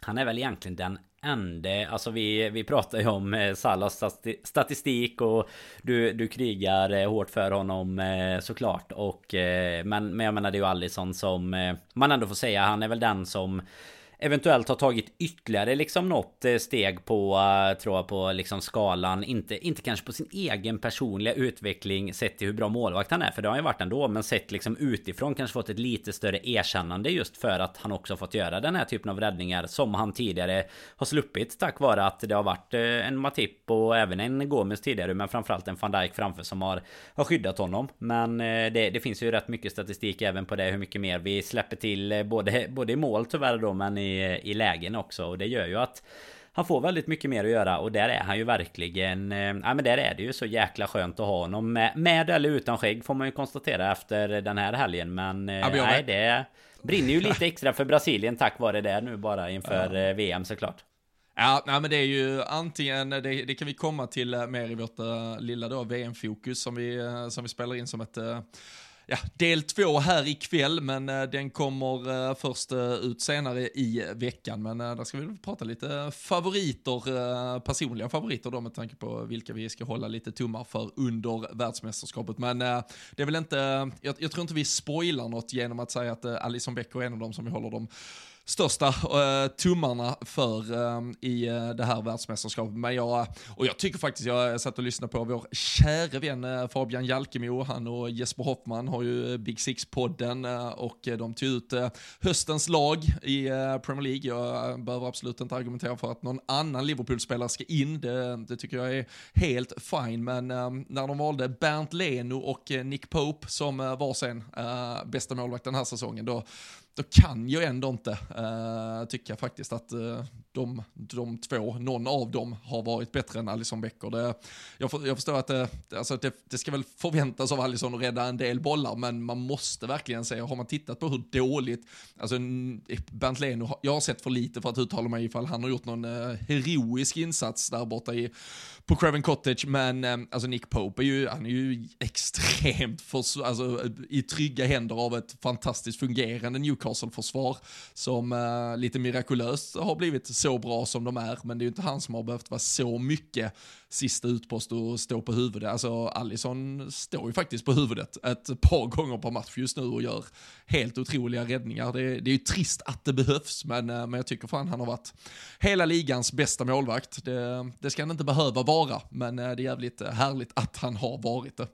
han är väl egentligen den ände, alltså vi, vi pratar ju om eh, Salahs statistik och du, du krigar eh, hårt för honom eh, såklart och eh, men, men jag menar det är ju Alisson som eh, man ändå får säga, han är väl den som eventuellt har tagit ytterligare liksom något steg på, uh, tror jag, på liksom skalan. Inte, inte kanske på sin egen personliga utveckling sett till hur bra målvakt han är, för det har han ju varit ändå, men sett liksom utifrån kanske fått ett lite större erkännande just för att han också fått göra den här typen av räddningar som han tidigare har sluppit tack vare att det har varit uh, en Matip och även en Gomes tidigare, men framförallt en Van Dijk framför som har, har skyddat honom. Men uh, det, det finns ju rätt mycket statistik även på det, hur mycket mer vi släpper till uh, både, både i mål tyvärr då, men i i lägen också, och det gör ju att han får väldigt mycket mer att göra, och där är han ju verkligen, ja men där är det ju så jäkla skönt att ha honom med, med eller utan skägg får man ju konstatera efter den här helgen, men ja, nej, det brinner ju lite extra för Brasilien tack vare det nu bara inför ja. V M såklart. Ja, nej, men det är ju antingen, det, det kan vi komma till mer i vårt uh, lilla då V M-fokus som vi, uh, som vi spelar in som ett uh, ja, del två här ikväll, men uh, den kommer uh, först uh, ut senare i veckan, men uh, där ska vi väl prata lite favoriter, uh, personliga favoriter då med tanke på vilka vi ska hålla lite tummar för under världsmästerskapet, men uh, det är väl inte, uh, jag, jag tror inte vi spoilar något genom att säga att uh, Alisson Becker är en av dem som vi håller dem största uh, tummarna för um, i uh, det här världsmästerskapet. Men jag, och jag tycker faktiskt, jag satt och lyssnade på vår kära vän uh, Fabian Jalkemo, han och Jesper Hoffman har ju Big Six-podden uh, och uh, de tog ut uh, höstens lag i uh, Premier League. Jag uh, behöver absolut inte argumentera för att någon annan Liverpool-spelare ska in, det, det tycker jag är helt fine, men um, när de valde Bernd Leno och uh, Nick Pope som uh, var sen uh, bästa målvakt den här säsongen, då då kan ju ändå inte uh, tycka faktiskt att uh, de, de två, någon av dem har varit bättre än Alisson Becker. Det, jag, för, jag förstår att, det, alltså det, det ska väl förväntas av Alisson att rädda en del bollar, men man måste verkligen säga, har man tittat på hur dåligt, alltså Bernd Leno, jag har sett för lite för att uttala mig ifall han har gjort någon uh, heroisk insats där borta i, på Craven Cottage, men um, alltså Nick Pope är ju, han är ju extremt för, alltså, i trygga händer av ett fantastiskt fungerande Newcastle-försvar som uh, lite mirakulöst har blivit så bra som de är, men det är ju inte han som har behövt vara så mycket sista utpost och stå på huvudet. Alltså Alisson står ju faktiskt på huvudet ett par gånger per match just nu och gör helt otroliga räddningar. Det, det är ju trist att det behövs, men, uh, men jag tycker fan han har varit hela ligans bästa målvakt. Det, det ska han inte behöva vara, men uh, det är jävligt härligt att han har varit det.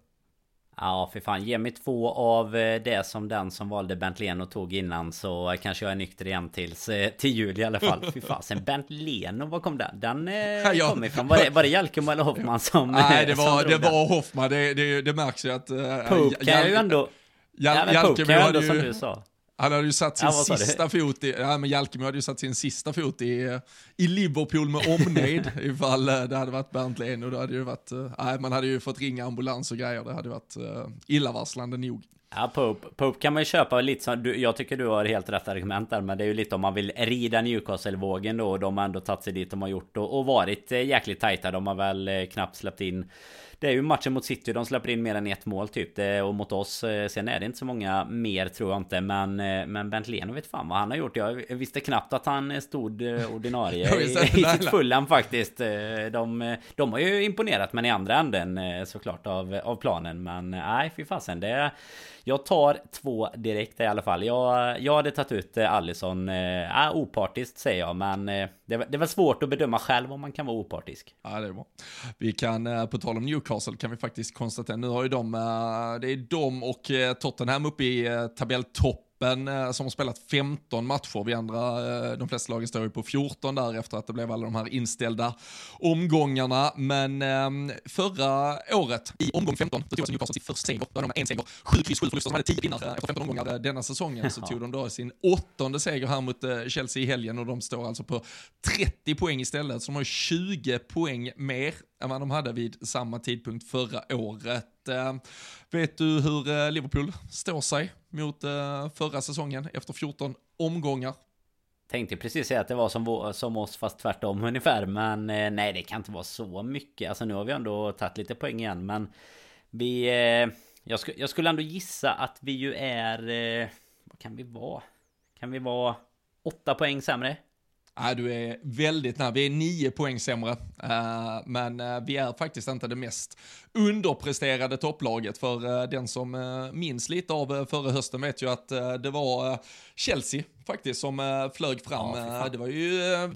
Ja, för fan, ge mig två av det som den som valde Bernd Leno tog innan, så kanske jag är nykter igen tills, till jul i alla fall. Fy fan, sen Bernd Leno, vad kom den? Den eh, ja. kom ifrån. Var det, var det Jalkemo eller Hoffman som Nej, det var, som det var Hoffman. Det, det, det märks ju att... Uh, Pope kan jag ju ändå... Jal- ja, Jalkemo Pope hade ju... som du sa. Han hade ju satt sin ja, sista fot i, ja, men Jalkemo hade ju satt sin sista fot i, i Liverpool med omnejd ifall det hade varit Bernd Leno. Då hade ju varit, nej, man hade ju fått ringa ambulans och grejer. Det hade varit uh, illavarslande nog. Ja, Pope, Pope kan man ju köpa lite så, du, jag tycker du har helt rätt argument där, men det är ju lite om man vill rida Newcastle-vågen då, och de har ändå tagit sig dit de har gjort och, och varit eh, jäkligt tajta. De har väl eh, knappt släppt in, det är ju matchen mot City, de släpper in mer än ett mål typ, det, och mot oss, eh, sen är det inte så många mer tror jag inte, men, eh, men Bernd Leno vet fan vad han har gjort. Jag visste knappt att han stod eh, ordinarie i, i sitt Fulham faktiskt. Eh, de, de har ju imponerat, men i andra änden eh, såklart av, av planen, men nej, eh, fy fasen, det jag tar två direkt i alla fall. Jag, jag hade tagit ut eh, Alisson. Eh, opartiskt säger jag, men eh, det, det var svårt att bedöma själv om man kan vara opartisk. Ja, det är bra. Vi kan, eh, på tal om Newcastle, kan vi faktiskt konstatera, nu har ju de, eh, det är de och eh, Tottenham uppe i eh, tabelltopp som har spelat femton matcher. Vi andra, de flesta lagen står ju på fjorton där efter att det blev alla de här inställda omgångarna. Men eh, förra året i omgång femton så tog alltså Newcastle till först seger. Då hade de en seger, sju kryss, sju förluster. De hade tio vinnare efter femton omgångar denna säsongen. Så tog de då sin åttonde seger här mot eh, Chelsea i helgen, och de står alltså på trettio poäng istället. Så de har tjugo poäng mer än vad de hade vid samma tidpunkt förra året. Uh, vet du hur uh, Liverpool står sig mot uh, förra säsongen efter fjorton omgångar? Tänkte precis säga att det var som, som oss fast tvärtom ungefär, men uh, nej, det kan inte vara så mycket. Alltså nu har vi ändå tagit lite poäng igen, men vi uh, jag, sk- jag skulle ändå gissa att vi ju är uh, vad kan vi vara? Kan vi vara åtta poäng sämre? Ja, du är väldigt nära. Vi är nio poäng sämre. Uh, men uh, vi är faktiskt inte det mest underpresterade topplaget. För uh, den som uh, minns lite av uh, förra hösten vet ju att uh, det var uh, Chelsea faktiskt som uh, flög fram. Ja, uh, det var ju uh,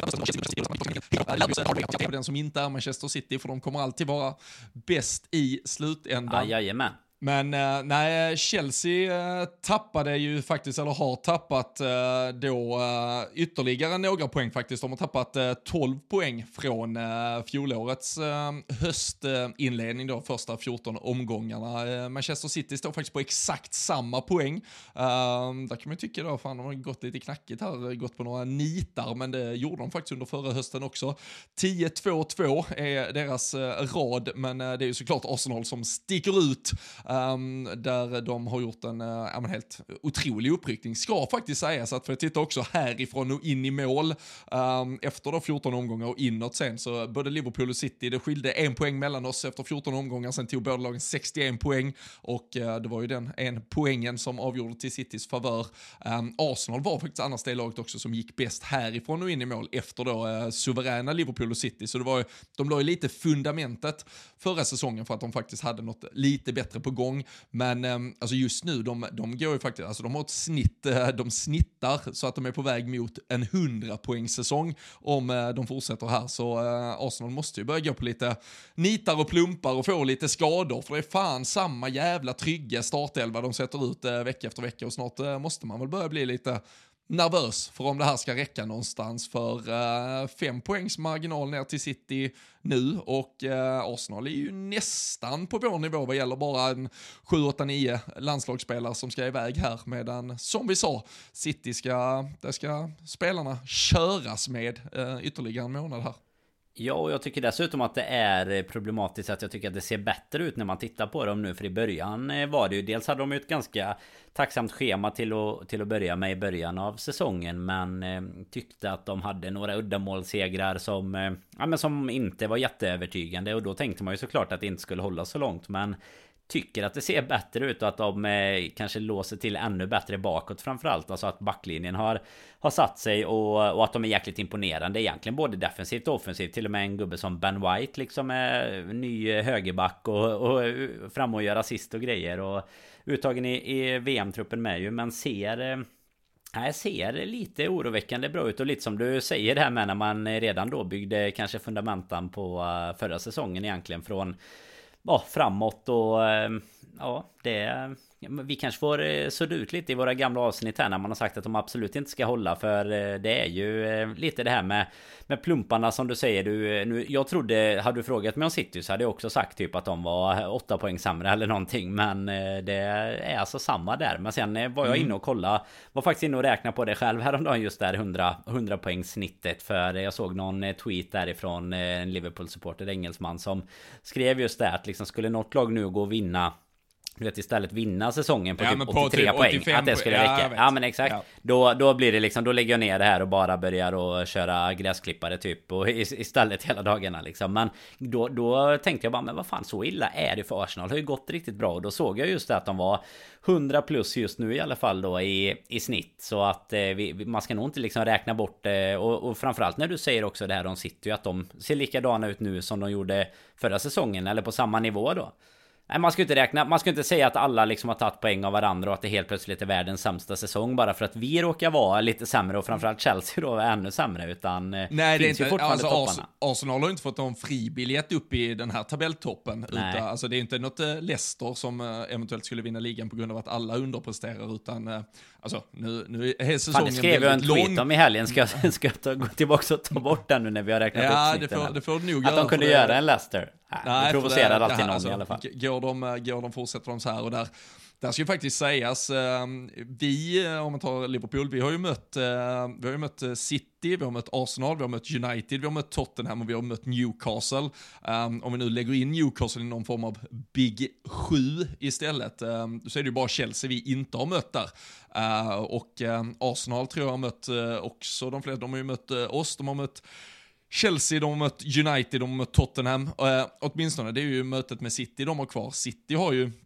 den som inte är Manchester City, för de kommer alltid vara bäst i slutändan. Ja, jajamän. Men eh, nej, Chelsea eh, tappade ju faktiskt, eller har tappat eh, då eh, ytterligare några poäng faktiskt. De har tappat eh, tolv poäng från eh, fjolårets eh, höstinledning då, första fjorton omgångarna. Eh, Manchester City står faktiskt på exakt samma poäng. Eh, där kan man ju tycka då, fan de har gått lite knackigt här, gått på några nitar, men det gjorde de faktiskt under förra hösten också. tio två två är deras eh, rad, men eh, det är ju såklart Arsenal som sticker ut. Um, där de har gjort en uh, helt otrolig uppryckning. Ska faktiskt sägas att, för att titta också härifrån och in i mål um, efter då fjorton omgångar och inåt sen, så både Liverpool och City, det skilde en poäng mellan oss efter fjorton omgångar, sen tog båda lagen sextioen poäng och uh, det var ju den en poängen som avgjorde till Citys favör. Um, Arsenal var faktiskt annars det laget också som gick bäst härifrån och in i mål efter då uh, suveräna Liverpool och City, så det var ju, de la ju lite fundamentet förra säsongen för att de faktiskt hade något lite bättre på gång, men eh, alltså just nu, de, de går ju faktiskt, alltså de har ett snitt, eh, de snittar så att de är på väg mot en hundra poäng säsong om eh, de fortsätter här, så eh, Arsenal måste ju börja gå på lite nitar och plumpar och få lite skador, för det är fan samma jävla trygga startelva de sätter ut eh, vecka efter vecka, och snart eh, måste man väl börja bli lite nervös för om det här ska räcka någonstans, för uh, fem poängs marginal ner till City nu, och uh, Arsenal är ju nästan på vår nivå vad gäller bara en sju åtta nio landslagsspelare som ska iväg här, medan som vi sa, City ska, där ska spelarna köras med uh, ytterligare en månad här. Ja, och jag tycker dessutom att det är problematiskt att jag tycker att det ser bättre ut när man tittar på dem nu. För i början var det ju, dels hade de ju ett ganska tacksamt schema till att, till att börja med i början av säsongen, men eh, tyckte att de hade några uddamålssegrar som, eh, ja, men som inte var jätteövertygande. Och då tänkte man ju såklart att det inte skulle hålla så långt, men tycker att det ser bättre ut och att de eh, kanske låser till ännu bättre bakåt framförallt. Alltså att backlinjen har, har satt sig och, och att de är jäkligt imponerande egentligen, både defensivt och offensivt. Till och med en gubbe som Ben White liksom är ny högerback och, och fram och gör assist och grejer, och uttagen i, i V M-truppen med ju, men ser... Eh, Jag ser lite oroväckande bra ut, och lite som du säger det här med när man redan då byggde kanske fundamentan på förra säsongen egentligen från ja, framåt, och ja, det, vi kanske får sudda ut lite i våra gamla avsnitt här när man har sagt att de absolut inte ska hålla, för det är ju lite det här med, med plumparna som du säger. Du, nu, jag trodde, hade du frågat mig om City så hade jag också sagt typ att de var åtta poäng sämre eller någonting, men det är alltså samma där. Men sen var jag inne och kolla, var faktiskt inne och räkna på det själv häromdagen, just där hundra poängs snittet, för jag såg någon tweet därifrån en Liverpool-supporter, engelsman, som skrev just det att liksom, skulle något lag nu gå och vinna, du vet, istället vinna säsongen på, ja, typ åttiotre typ poäng, att det skulle ja, räcka. Ja, men exakt. Ja. Då, då blir det liksom, då lägger jag ner det här och bara börjar och köra gräsklippare typ, och istället hela dagarna liksom. Men då, då tänkte jag bara, men vad fan, så illa är det för Arsenal? Det har ju gått riktigt bra, och då såg jag just det att de var hundra plus just nu i alla fall då i, i snitt. Så att eh, vi, man ska nog inte liksom räkna bort det, eh, och, och framförallt när du säger också det här, de sitter ju att de ser likadana ut nu som de gjorde förra säsongen, eller på samma nivå då. Nej, man ska inte räkna, man ska inte säga att alla liksom har tagit poäng av varandra och att det helt plötsligt är världens sämsta säsong bara för att vi råkar vara lite sämre, och framförallt Chelsea då är ännu sämre, utan nej, det är inte, fortfarande alltså, Arsenal har inte fått någon fribiljett upp i den här tabelltoppen, utan, alltså det är inte något äh, Leicester som äh, eventuellt skulle vinna ligan på grund av att alla underpresterar, utan äh, alltså nu, nu är säsongen väldigt lång. Det skrev jag en tweet lång... om i helgen, ska, ska jag ta, gå tillbaka och ta bort den nu när vi har räknat ja, upp snitten. Det får, det får nog att de kunde det... göra en Leicester. Nej, Nej, det provocerar alltid någon alltså, i alla fall. Går de, går de fortsätter de så här, och där, där ska ju faktiskt sägas, eh, vi, om man tar Liverpool, vi har ju mött, eh, vi har ju mött City, vi har mött Arsenal, vi har mött United, vi har mött Tottenham och vi har mött Newcastle. Um, om vi nu lägger in Newcastle i någon form av Big sju istället, um, så är det ju bara Chelsea vi inte har mött där. Uh, och um, Arsenal tror jag har mött uh, också, de flesta, de har ju mött uh, oss, de har mött Chelsea, de har mött United, de har mött Tottenham. Uh, åtminstone, det är ju mötet med City de har kvar. City har ju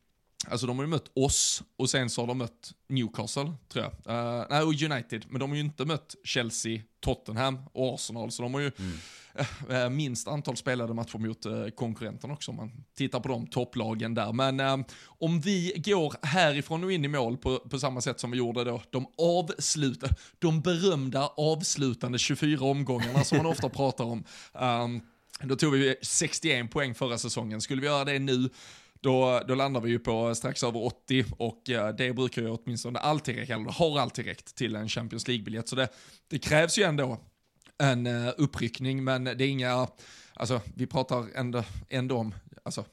Alltså de har ju mött oss och sen så har de mött Newcastle, tror jag. Uh, nej, och United. Men de har ju inte mött Chelsea, Tottenham och Arsenal. Så de har ju mm. uh, minst antal spelade matcher mot uh, konkurrenterna också. Om man tittar på de topplagen där. Men uh, om vi går härifrån och in i mål på, på samma sätt som vi gjorde då. De avslutar, de berömda avslutande tjugofyra omgångarna som man ofta pratar om. Um, då tog vi sextioen poäng förra säsongen. Skulle vi göra det nu, Då, då landar vi ju på strax över åttio och eh, det brukar ju åtminstone alltid räcka, eller har alltid räckt till en Champions League-biljett. Så det, det krävs ju ändå en uh, uppryckning, men det är inga, alltså vi pratar ändå, ändå om alltså,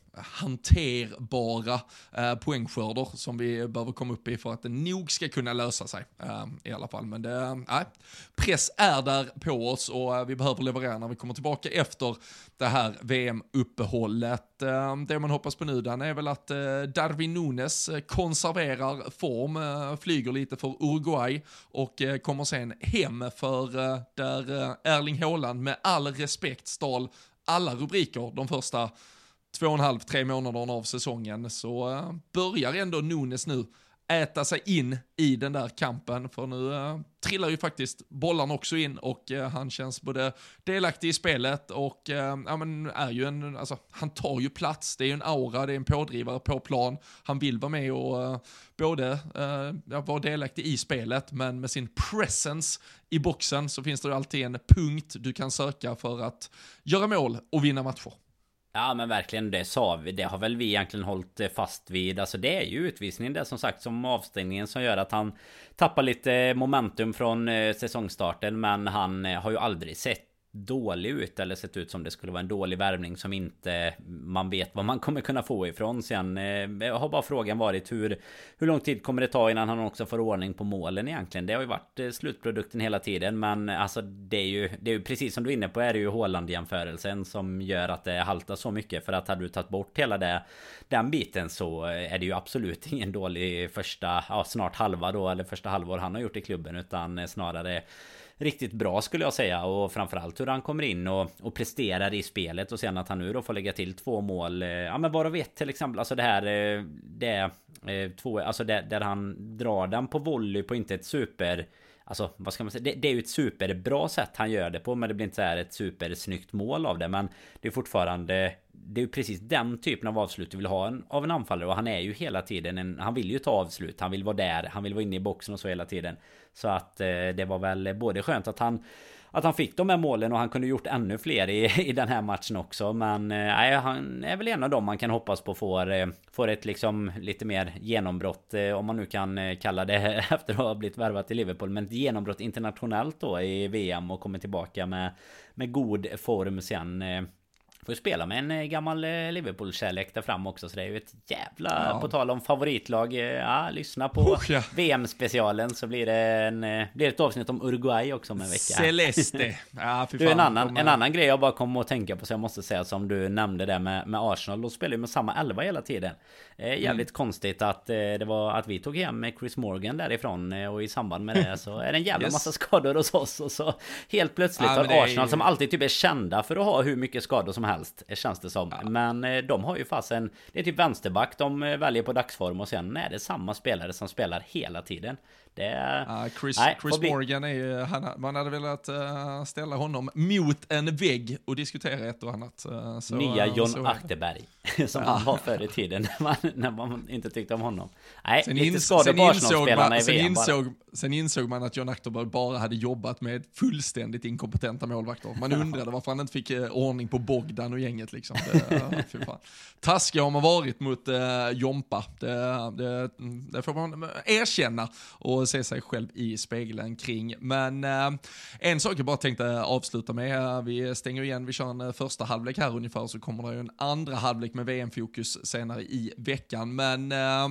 hanterbara uh, poängskörder som vi behöver komma upp i för att det nog ska kunna lösa sig uh, i alla fall. Men det, nej, press är där på oss och uh, vi behöver leverera när vi kommer tillbaka efter det här V M-uppehållet. Uh, det man hoppas på nu Dan är väl att uh, Darwin Núñez uh, konserverar form, uh, flyger lite för Uruguay och uh, kommer sen hem för uh, där uh, Erling Haaland med all respekt stal alla rubriker de första två och en halv, tre månader av säsongen, så uh, börjar ändå Núñez nu äta sig in i den där kampen, för nu uh, trillar ju faktiskt bollarna också in och uh, han känns både delaktig i spelet och uh, ja, men är ju en, alltså, han tar ju plats, det är ju en aura, det är en pådrivare på plan, han vill vara med och uh, både uh, vara delaktig i spelet, men med sin presence i boxen så finns det ju alltid en punkt du kan söka för att göra mål och vinna matcher. Ja men verkligen, det sa vi, det har väl vi egentligen hållit fast vid. Alltså det är ju utvisningen det som sagt som avstängningen som gör att han tappar lite momentum från säsongstarten. Men han har ju aldrig sett dålig ut eller sett ut som det skulle vara en dålig värvning som inte man vet vad man kommer kunna få ifrån. Sen eh, har bara frågan varit hur, hur lång tid kommer det ta innan han också får ordning på målen egentligen. Det har ju varit eh, slutprodukten hela tiden, men alltså det är ju, det är ju precis som du är inne på, är det ju Haaland-jämförelsen som gör att det haltar så mycket. För att hade du tagit bort hela det, den biten så är det ju absolut ingen dålig första, ja, snart halva då, eller första halvår han har gjort i klubben, utan snarare riktigt bra skulle jag säga. Och framförallt hur han kommer in och, och presterar i spelet. Och sen att han nu då får lägga till två mål. Ja men bara vet till exempel, alltså det här det, två, alltså det, där han drar den på volley på inte ett super, alltså vad ska man säga, det, det är ju ett superbra sätt han gör det på, men det blir inte så här ett supersnyggt mål av det. Men det är fortfarande, det är ju precis den typen av avslut du vill ha en, av en anfallare. Och han är ju hela tiden en, han vill ju ta avslut, han vill vara där, han vill vara inne i boxen och så hela tiden. Så att eh, det var väl både skönt att han att han fick de här målen och han kunde gjort ännu fler i, i den här matchen också. Men eh, han är väl en av dem man kan hoppas på får, eh, får ett liksom lite mer genombrott, eh, om man nu kan eh, kalla det efter att ha blivit värvat till Liverpool. Men ett genombrott internationellt då i V M och kommer tillbaka med, med god form sen. Eh, får spela med en gammal Liverpool-kärlek där fram också. Så det är ju ett jävla, ja. På tal om favoritlag, ja, lyssna på oh, ja. V M-specialen så blir det en, blir ett avsnitt om Uruguay också om en vecka. Celeste. Ja, du, en, annan, en annan grej jag bara kom att tänka på, så jag måste säga, som du nämnde där med, med Arsenal. De spelar ju med samma elva hela tiden. Eh, jävligt mm. konstigt att eh, det var att vi tog hem med Chris Morgan därifrån, eh, och i samband med det så är det en jävla yes. massa skador hos oss. Och så helt plötsligt ja, har Arsenal, ju... som alltid typ är kända för att ha hur mycket skador som helst, känns det som. Ja. Men eh, de har ju fasen, det är typ vänsterback de eh, väljer på dagsform, och sen är det samma spelare som spelar hela tiden. Det är, ja, Chris, nej, Chris bli... Morgan är ju, han, man hade velat uh, ställa honom mot en vägg och diskutera ett och annat. Uh, så, Nya John så Achterberg som ja. han var förr i tiden när man, när man inte tyckte om honom. Nej, sen lite ins- skador på Arsenal-spelarna i sen V M insåg, bara. Sen insåg man att John Achterberg bara hade jobbat med fullständigt inkompetenta målvakter. Man undrade varför han inte fick uh, ordning på Bogdan och gänget liksom. Det, uh, fy fan. Taskiga har man varit mot uh, Jompa. Det, det, det får man erkänna och se sig själv i spegeln kring. Men eh, en sak jag bara tänkte avsluta med. Vi stänger igen, vi kör en första halvlek här ungefär, så kommer det ju en andra halvlek med V M-fokus senare i veckan. Men eh,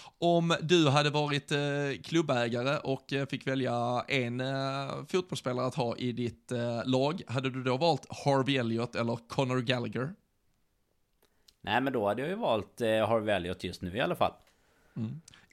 om du hade varit eh, klubbägare och eh, fick välja en eh, fotbollsspelare att ha i ditt eh, lag, hade du då valt Harvey Elliott eller Conor Gallagher? Nej, men då hade jag ju valt eh, Harvey Elliott just nu i alla fall. Mm.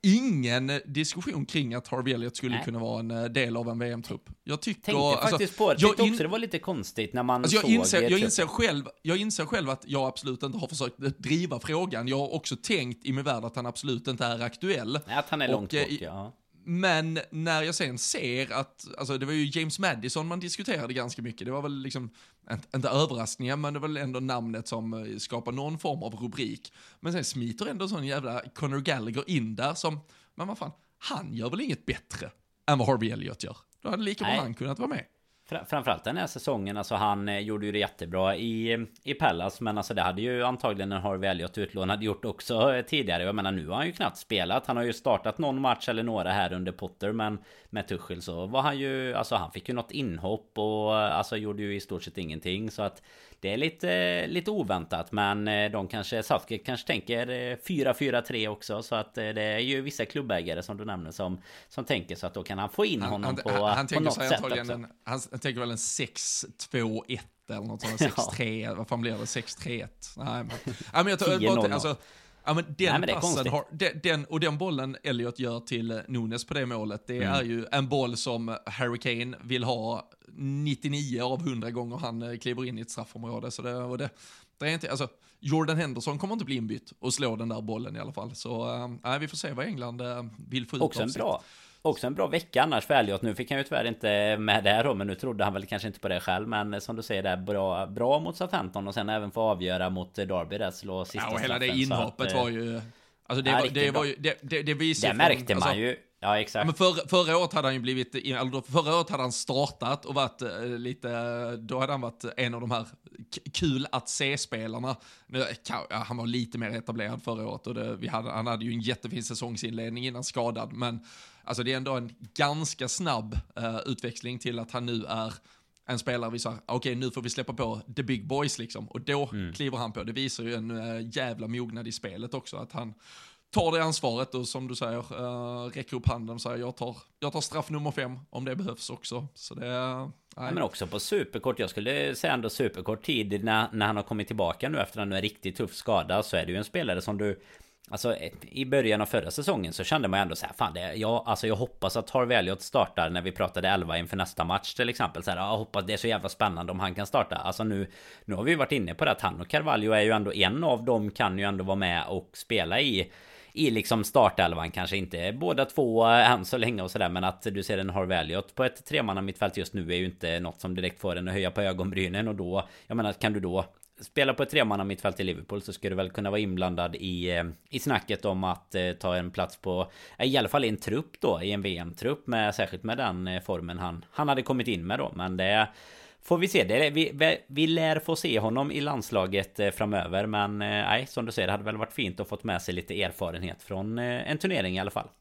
ingen diskussion kring att Harvey Elliott skulle Nej. kunna vara en del av en V M-trupp. Jag tycker... Tänkte alltså, faktiskt på det. jag Tyckte in- också det var lite konstigt när man alltså jag såg... inser, jag, truppen. inser själv, jag inser själv att jag absolut inte har försökt driva frågan. Jag har också tänkt i min värld att han absolut inte är aktuell. Nej, att han är Och, långt bort, eh, ja. Men när jag sen ser att, alltså det var ju James Madison man diskuterade ganska mycket. Det var väl liksom, inte, inte överraskningar, men det var väl ändå namnet som skapar någon form av rubrik. Men sen smiter ändå sån jävla Conor Gallagher in där som, men vad fan, han gör väl inget bättre än vad Harvey Elliott gör. Då hade lika bra han kunnat vara med. Framförallt den här säsongen, alltså han eh, gjorde ju det jättebra i, i Pallas, men alltså det hade ju antagligen en Harvey Elliott utlånad gjort också eh, tidigare. Jag menar, nu har han ju knappt spelat. Han har ju startat någon match eller några här under Potter, men med Tuchel så var han ju, alltså han fick ju något inhopp och alltså gjorde ju i stort sett ingenting, så att det är lite, lite oväntat, men de kanske, Southgate kanske tänker fyra fyra tre också, så att det är ju vissa klubbägare som du nämner som, som tänker så att då kan han få in Han, honom han, på, han, han på något sätt också. en, han, han tänker väl en sex två ett eller något sånt, sex tre, vad fan blir det, sex tre ett? Nej, men, nej, men jag tar bara, alltså, ja, men den Nej, men passen har, den, den, och den bollen Elliot gör till Nunes på det målet, det mm. är ju en boll som Harry Kane vill ha nittionio av hundra gånger han kliver in i ett straffområde, så det, och det, det är inte, alltså Jordan Henderson kommer inte bli inbytt och slå den där bollen i alla fall, så äh, vi får se vad England äh, vill få ut också av en sitt. bra Också en bra vecka annars för Elliot. Nu fick han ju tyvärr inte med där då, men nu trodde han väl kanske inte på det själv. Men som du säger, det är bra, bra mot Southampton och sen även få avgöra mot Derby där, slå sista ja, och hela straffen, det inhoppet att, var ju... Alltså det, ja, var, det, var ju, det, det, det visade... Det märkte från, man alltså, ju. Ja, exakt. Men för, förra året hade han ju blivit, eller förra året hade han startat och varit eh, lite, då hade han varit en av de här k- kul att se-spelarna. Ja, han var lite mer etablerad förra året och det, vi hade, han hade ju en jättefin säsongsinledning innan skadad, men alltså det är ändå en ganska snabb eh, utväxling till att han nu är en spelare vi sa, okej okay, nu får vi släppa på the big boys liksom, och då mm. kliver han på. Det visar ju en äh, jävla mognad i spelet också, att han tar det ansvaret och som du säger, äh, räcker upp handen och säger jag tar, jag tar straff nummer fem om det behövs också. Så det, äh, ja, men också på superkort, jag skulle säga ändå superkort tid när, när han har kommit tillbaka nu efter en riktigt tuff skada, så är det ju en spelare som du, alltså i början av förra säsongen så kände man ändå så här, fan det, jag, alltså jag hoppas att Harvey Elliott startar när vi pratade elva inför nästa match till exempel, så här, jag hoppas det är så jävla spännande om han kan starta. Alltså nu, nu har vi varit inne på det att han och Carvalho är ju ändå en av dem, kan ju ändå vara med och spela i i liksom startelvan, kanske inte båda två än så länge och sådär, men att du ser en Harvey Elliott på ett tremanna mittfält just nu är ju inte något som direkt får en att höja på ögonbrynen, och då, jag menar, kan du då spela på ett tremanna mittfält i Liverpool så skulle du väl kunna vara inblandad i, i snacket om att eh, ta en plats på, i alla fall i en trupp då, i en V M-trupp, med, särskilt med den eh, formen han, han hade kommit in med då, men det får vi se. Det, vi, vi, vi lär få se honom i landslaget eh, framöver, men eh, nej, som du säger, det hade väl varit fint att fått med sig lite erfarenhet från eh, en turnering i alla fall.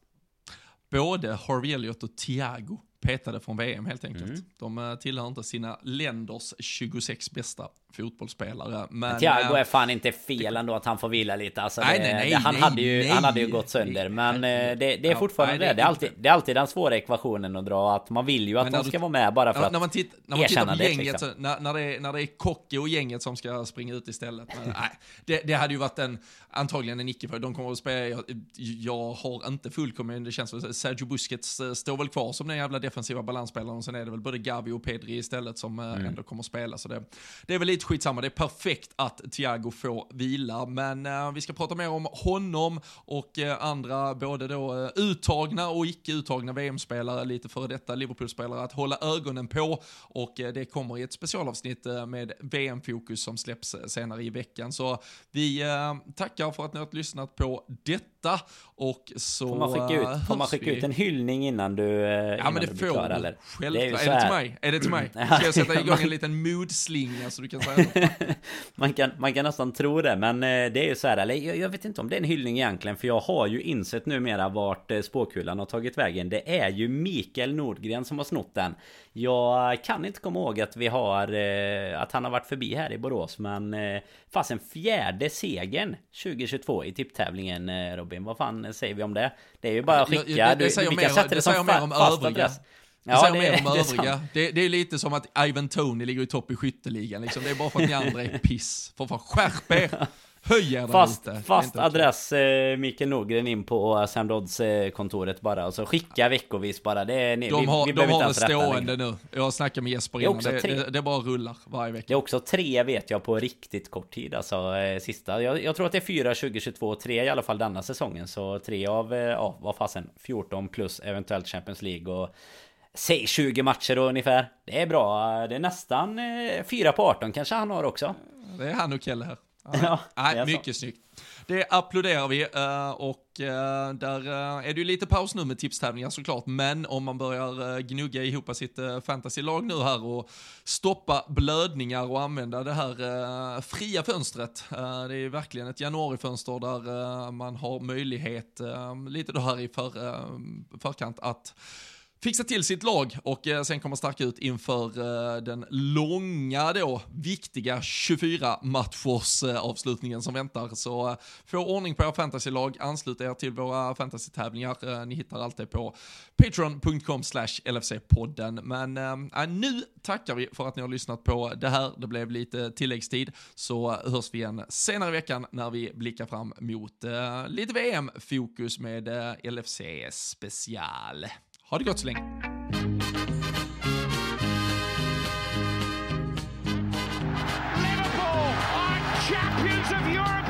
Både Harvey Elliott och Thiago petade från V M helt enkelt. Mm. De tillhör inte sina länders tjugosex bästa fotbollsspelare. Men, men Thiago är fan inte fel ändå att han får vila lite. Alltså nej, det, nej, nej, det, han, nej, hade ju, nej, han hade ju gått sönder. Men nej, det, det är fortfarande ja, nej, det. Det är, alltid, det är alltid den svåra ekvationen att dra. Att man vill ju att de ska du, vara med bara för när, att när man titt, när man erkänna tittar på det. Gänget, liksom. så, när, när, det är, när det är Kocke och gänget som ska springa ut istället. Men, nej, det, det hade ju varit en, antagligen en icke för. De kommer att spela, jag, jag har inte fullkommen, det känns som Sergio Busquets står väl kvar som den jävla defensiva balansspelaren. Och sen är det väl både Gavi och Pedri istället som mm. ändå kommer att spela. Så det, det är väl lite skitsamma. Det är perfekt att Thiago får vila. Men uh, vi ska prata mer om honom och uh, andra, både då uh, uttagna och icke uttagna V M-spelare, lite före detta Liverpool-spelare att hålla ögonen på. Och uh, det kommer i ett specialavsnitt uh, med V M-fokus som släpps senare i veckan. Så vi uh, tackar för att ni har lyssnat på detta. Och så får man skicka ut, får man skicka ut en hyllning innan du, uh, ja, innan men det du får klar, eller? Självklart. Är, är det till mig? Är det till mig? Ska jag sätta igång en liten mood-slinga så du kan säga något? man, kan, man kan nästan tro det, men det är ju så här, eller jag, jag vet inte om det är en hyllning egentligen, för jag har ju insett numera vart spåkulan har tagit vägen. Det är ju Mikael Nordgren som har snott den. Jag kan inte komma ihåg att vi har att han har varit förbi här i Borås, men fast en fjärde segern tjugohundratjugotvå i tipptävlingen. Robin, vad fan säger vi om det? Det är ju bara att skicka, jag, jag, det, det du, vi kan sätta det, det som mer om fast övriga. adress. Det ja, säger det, mer om övriga. Det, det är lite som att Ivan Toney ligger i topp i skytteligan. Liksom. Det är bara för att ni andra är piss. För fan, skärp er! höjer fast, lite. fast adress eh, Mikael Nordgren in på Sam Dodds eh, kontoret bara. Och så skicka veckovis bara. Det är, ni, de har, vi, vi de har det inte stående nu. Jag snackar med Jesper innan. Det, tre... det, det bara rullar varje vecka. Det är också tre vet jag på riktigt kort tid. Alltså eh, sista. Jag, jag tror att det är fyra tjugo tjugotvå och tre i alla fall denna säsongen. Så tre av, eh, ja vad fasen, fjorton plus eventuellt Champions League och säg tjugo matcher då, ungefär. Det är bra. Det är nästan eh, fyra på arton kanske han har också. Det är han och Kelle här. Ja, Nej, mycket snyggt. Det applåderar vi och där är det ju lite paus nu med tipstävlingar såklart, men om man börjar gnugga ihop sitt fantasylag nu här och stoppa blödningar och använda det här fria fönstret. Det är verkligen ett januarifönster där man har möjlighet lite då här i för, förkant att fixa till sitt lag och eh, sen komma stark ut inför eh, den långa då, viktiga tjugofyra matchers eh, avslutningen som väntar. Så eh, få ordning på er fantasylag, anslut er till våra fantasytävlingar. Eh, ni hittar allt det på patreon punkt com slash L F C podden. Men eh, nu tackar vi för att ni har lyssnat på det här. Det blev lite tilläggstid, så hörs vi igen senare i veckan när vi blickar fram mot eh, lite V M-fokus med eh, L F C special. Ha det gott så länge. Liverpool are champions of Europe.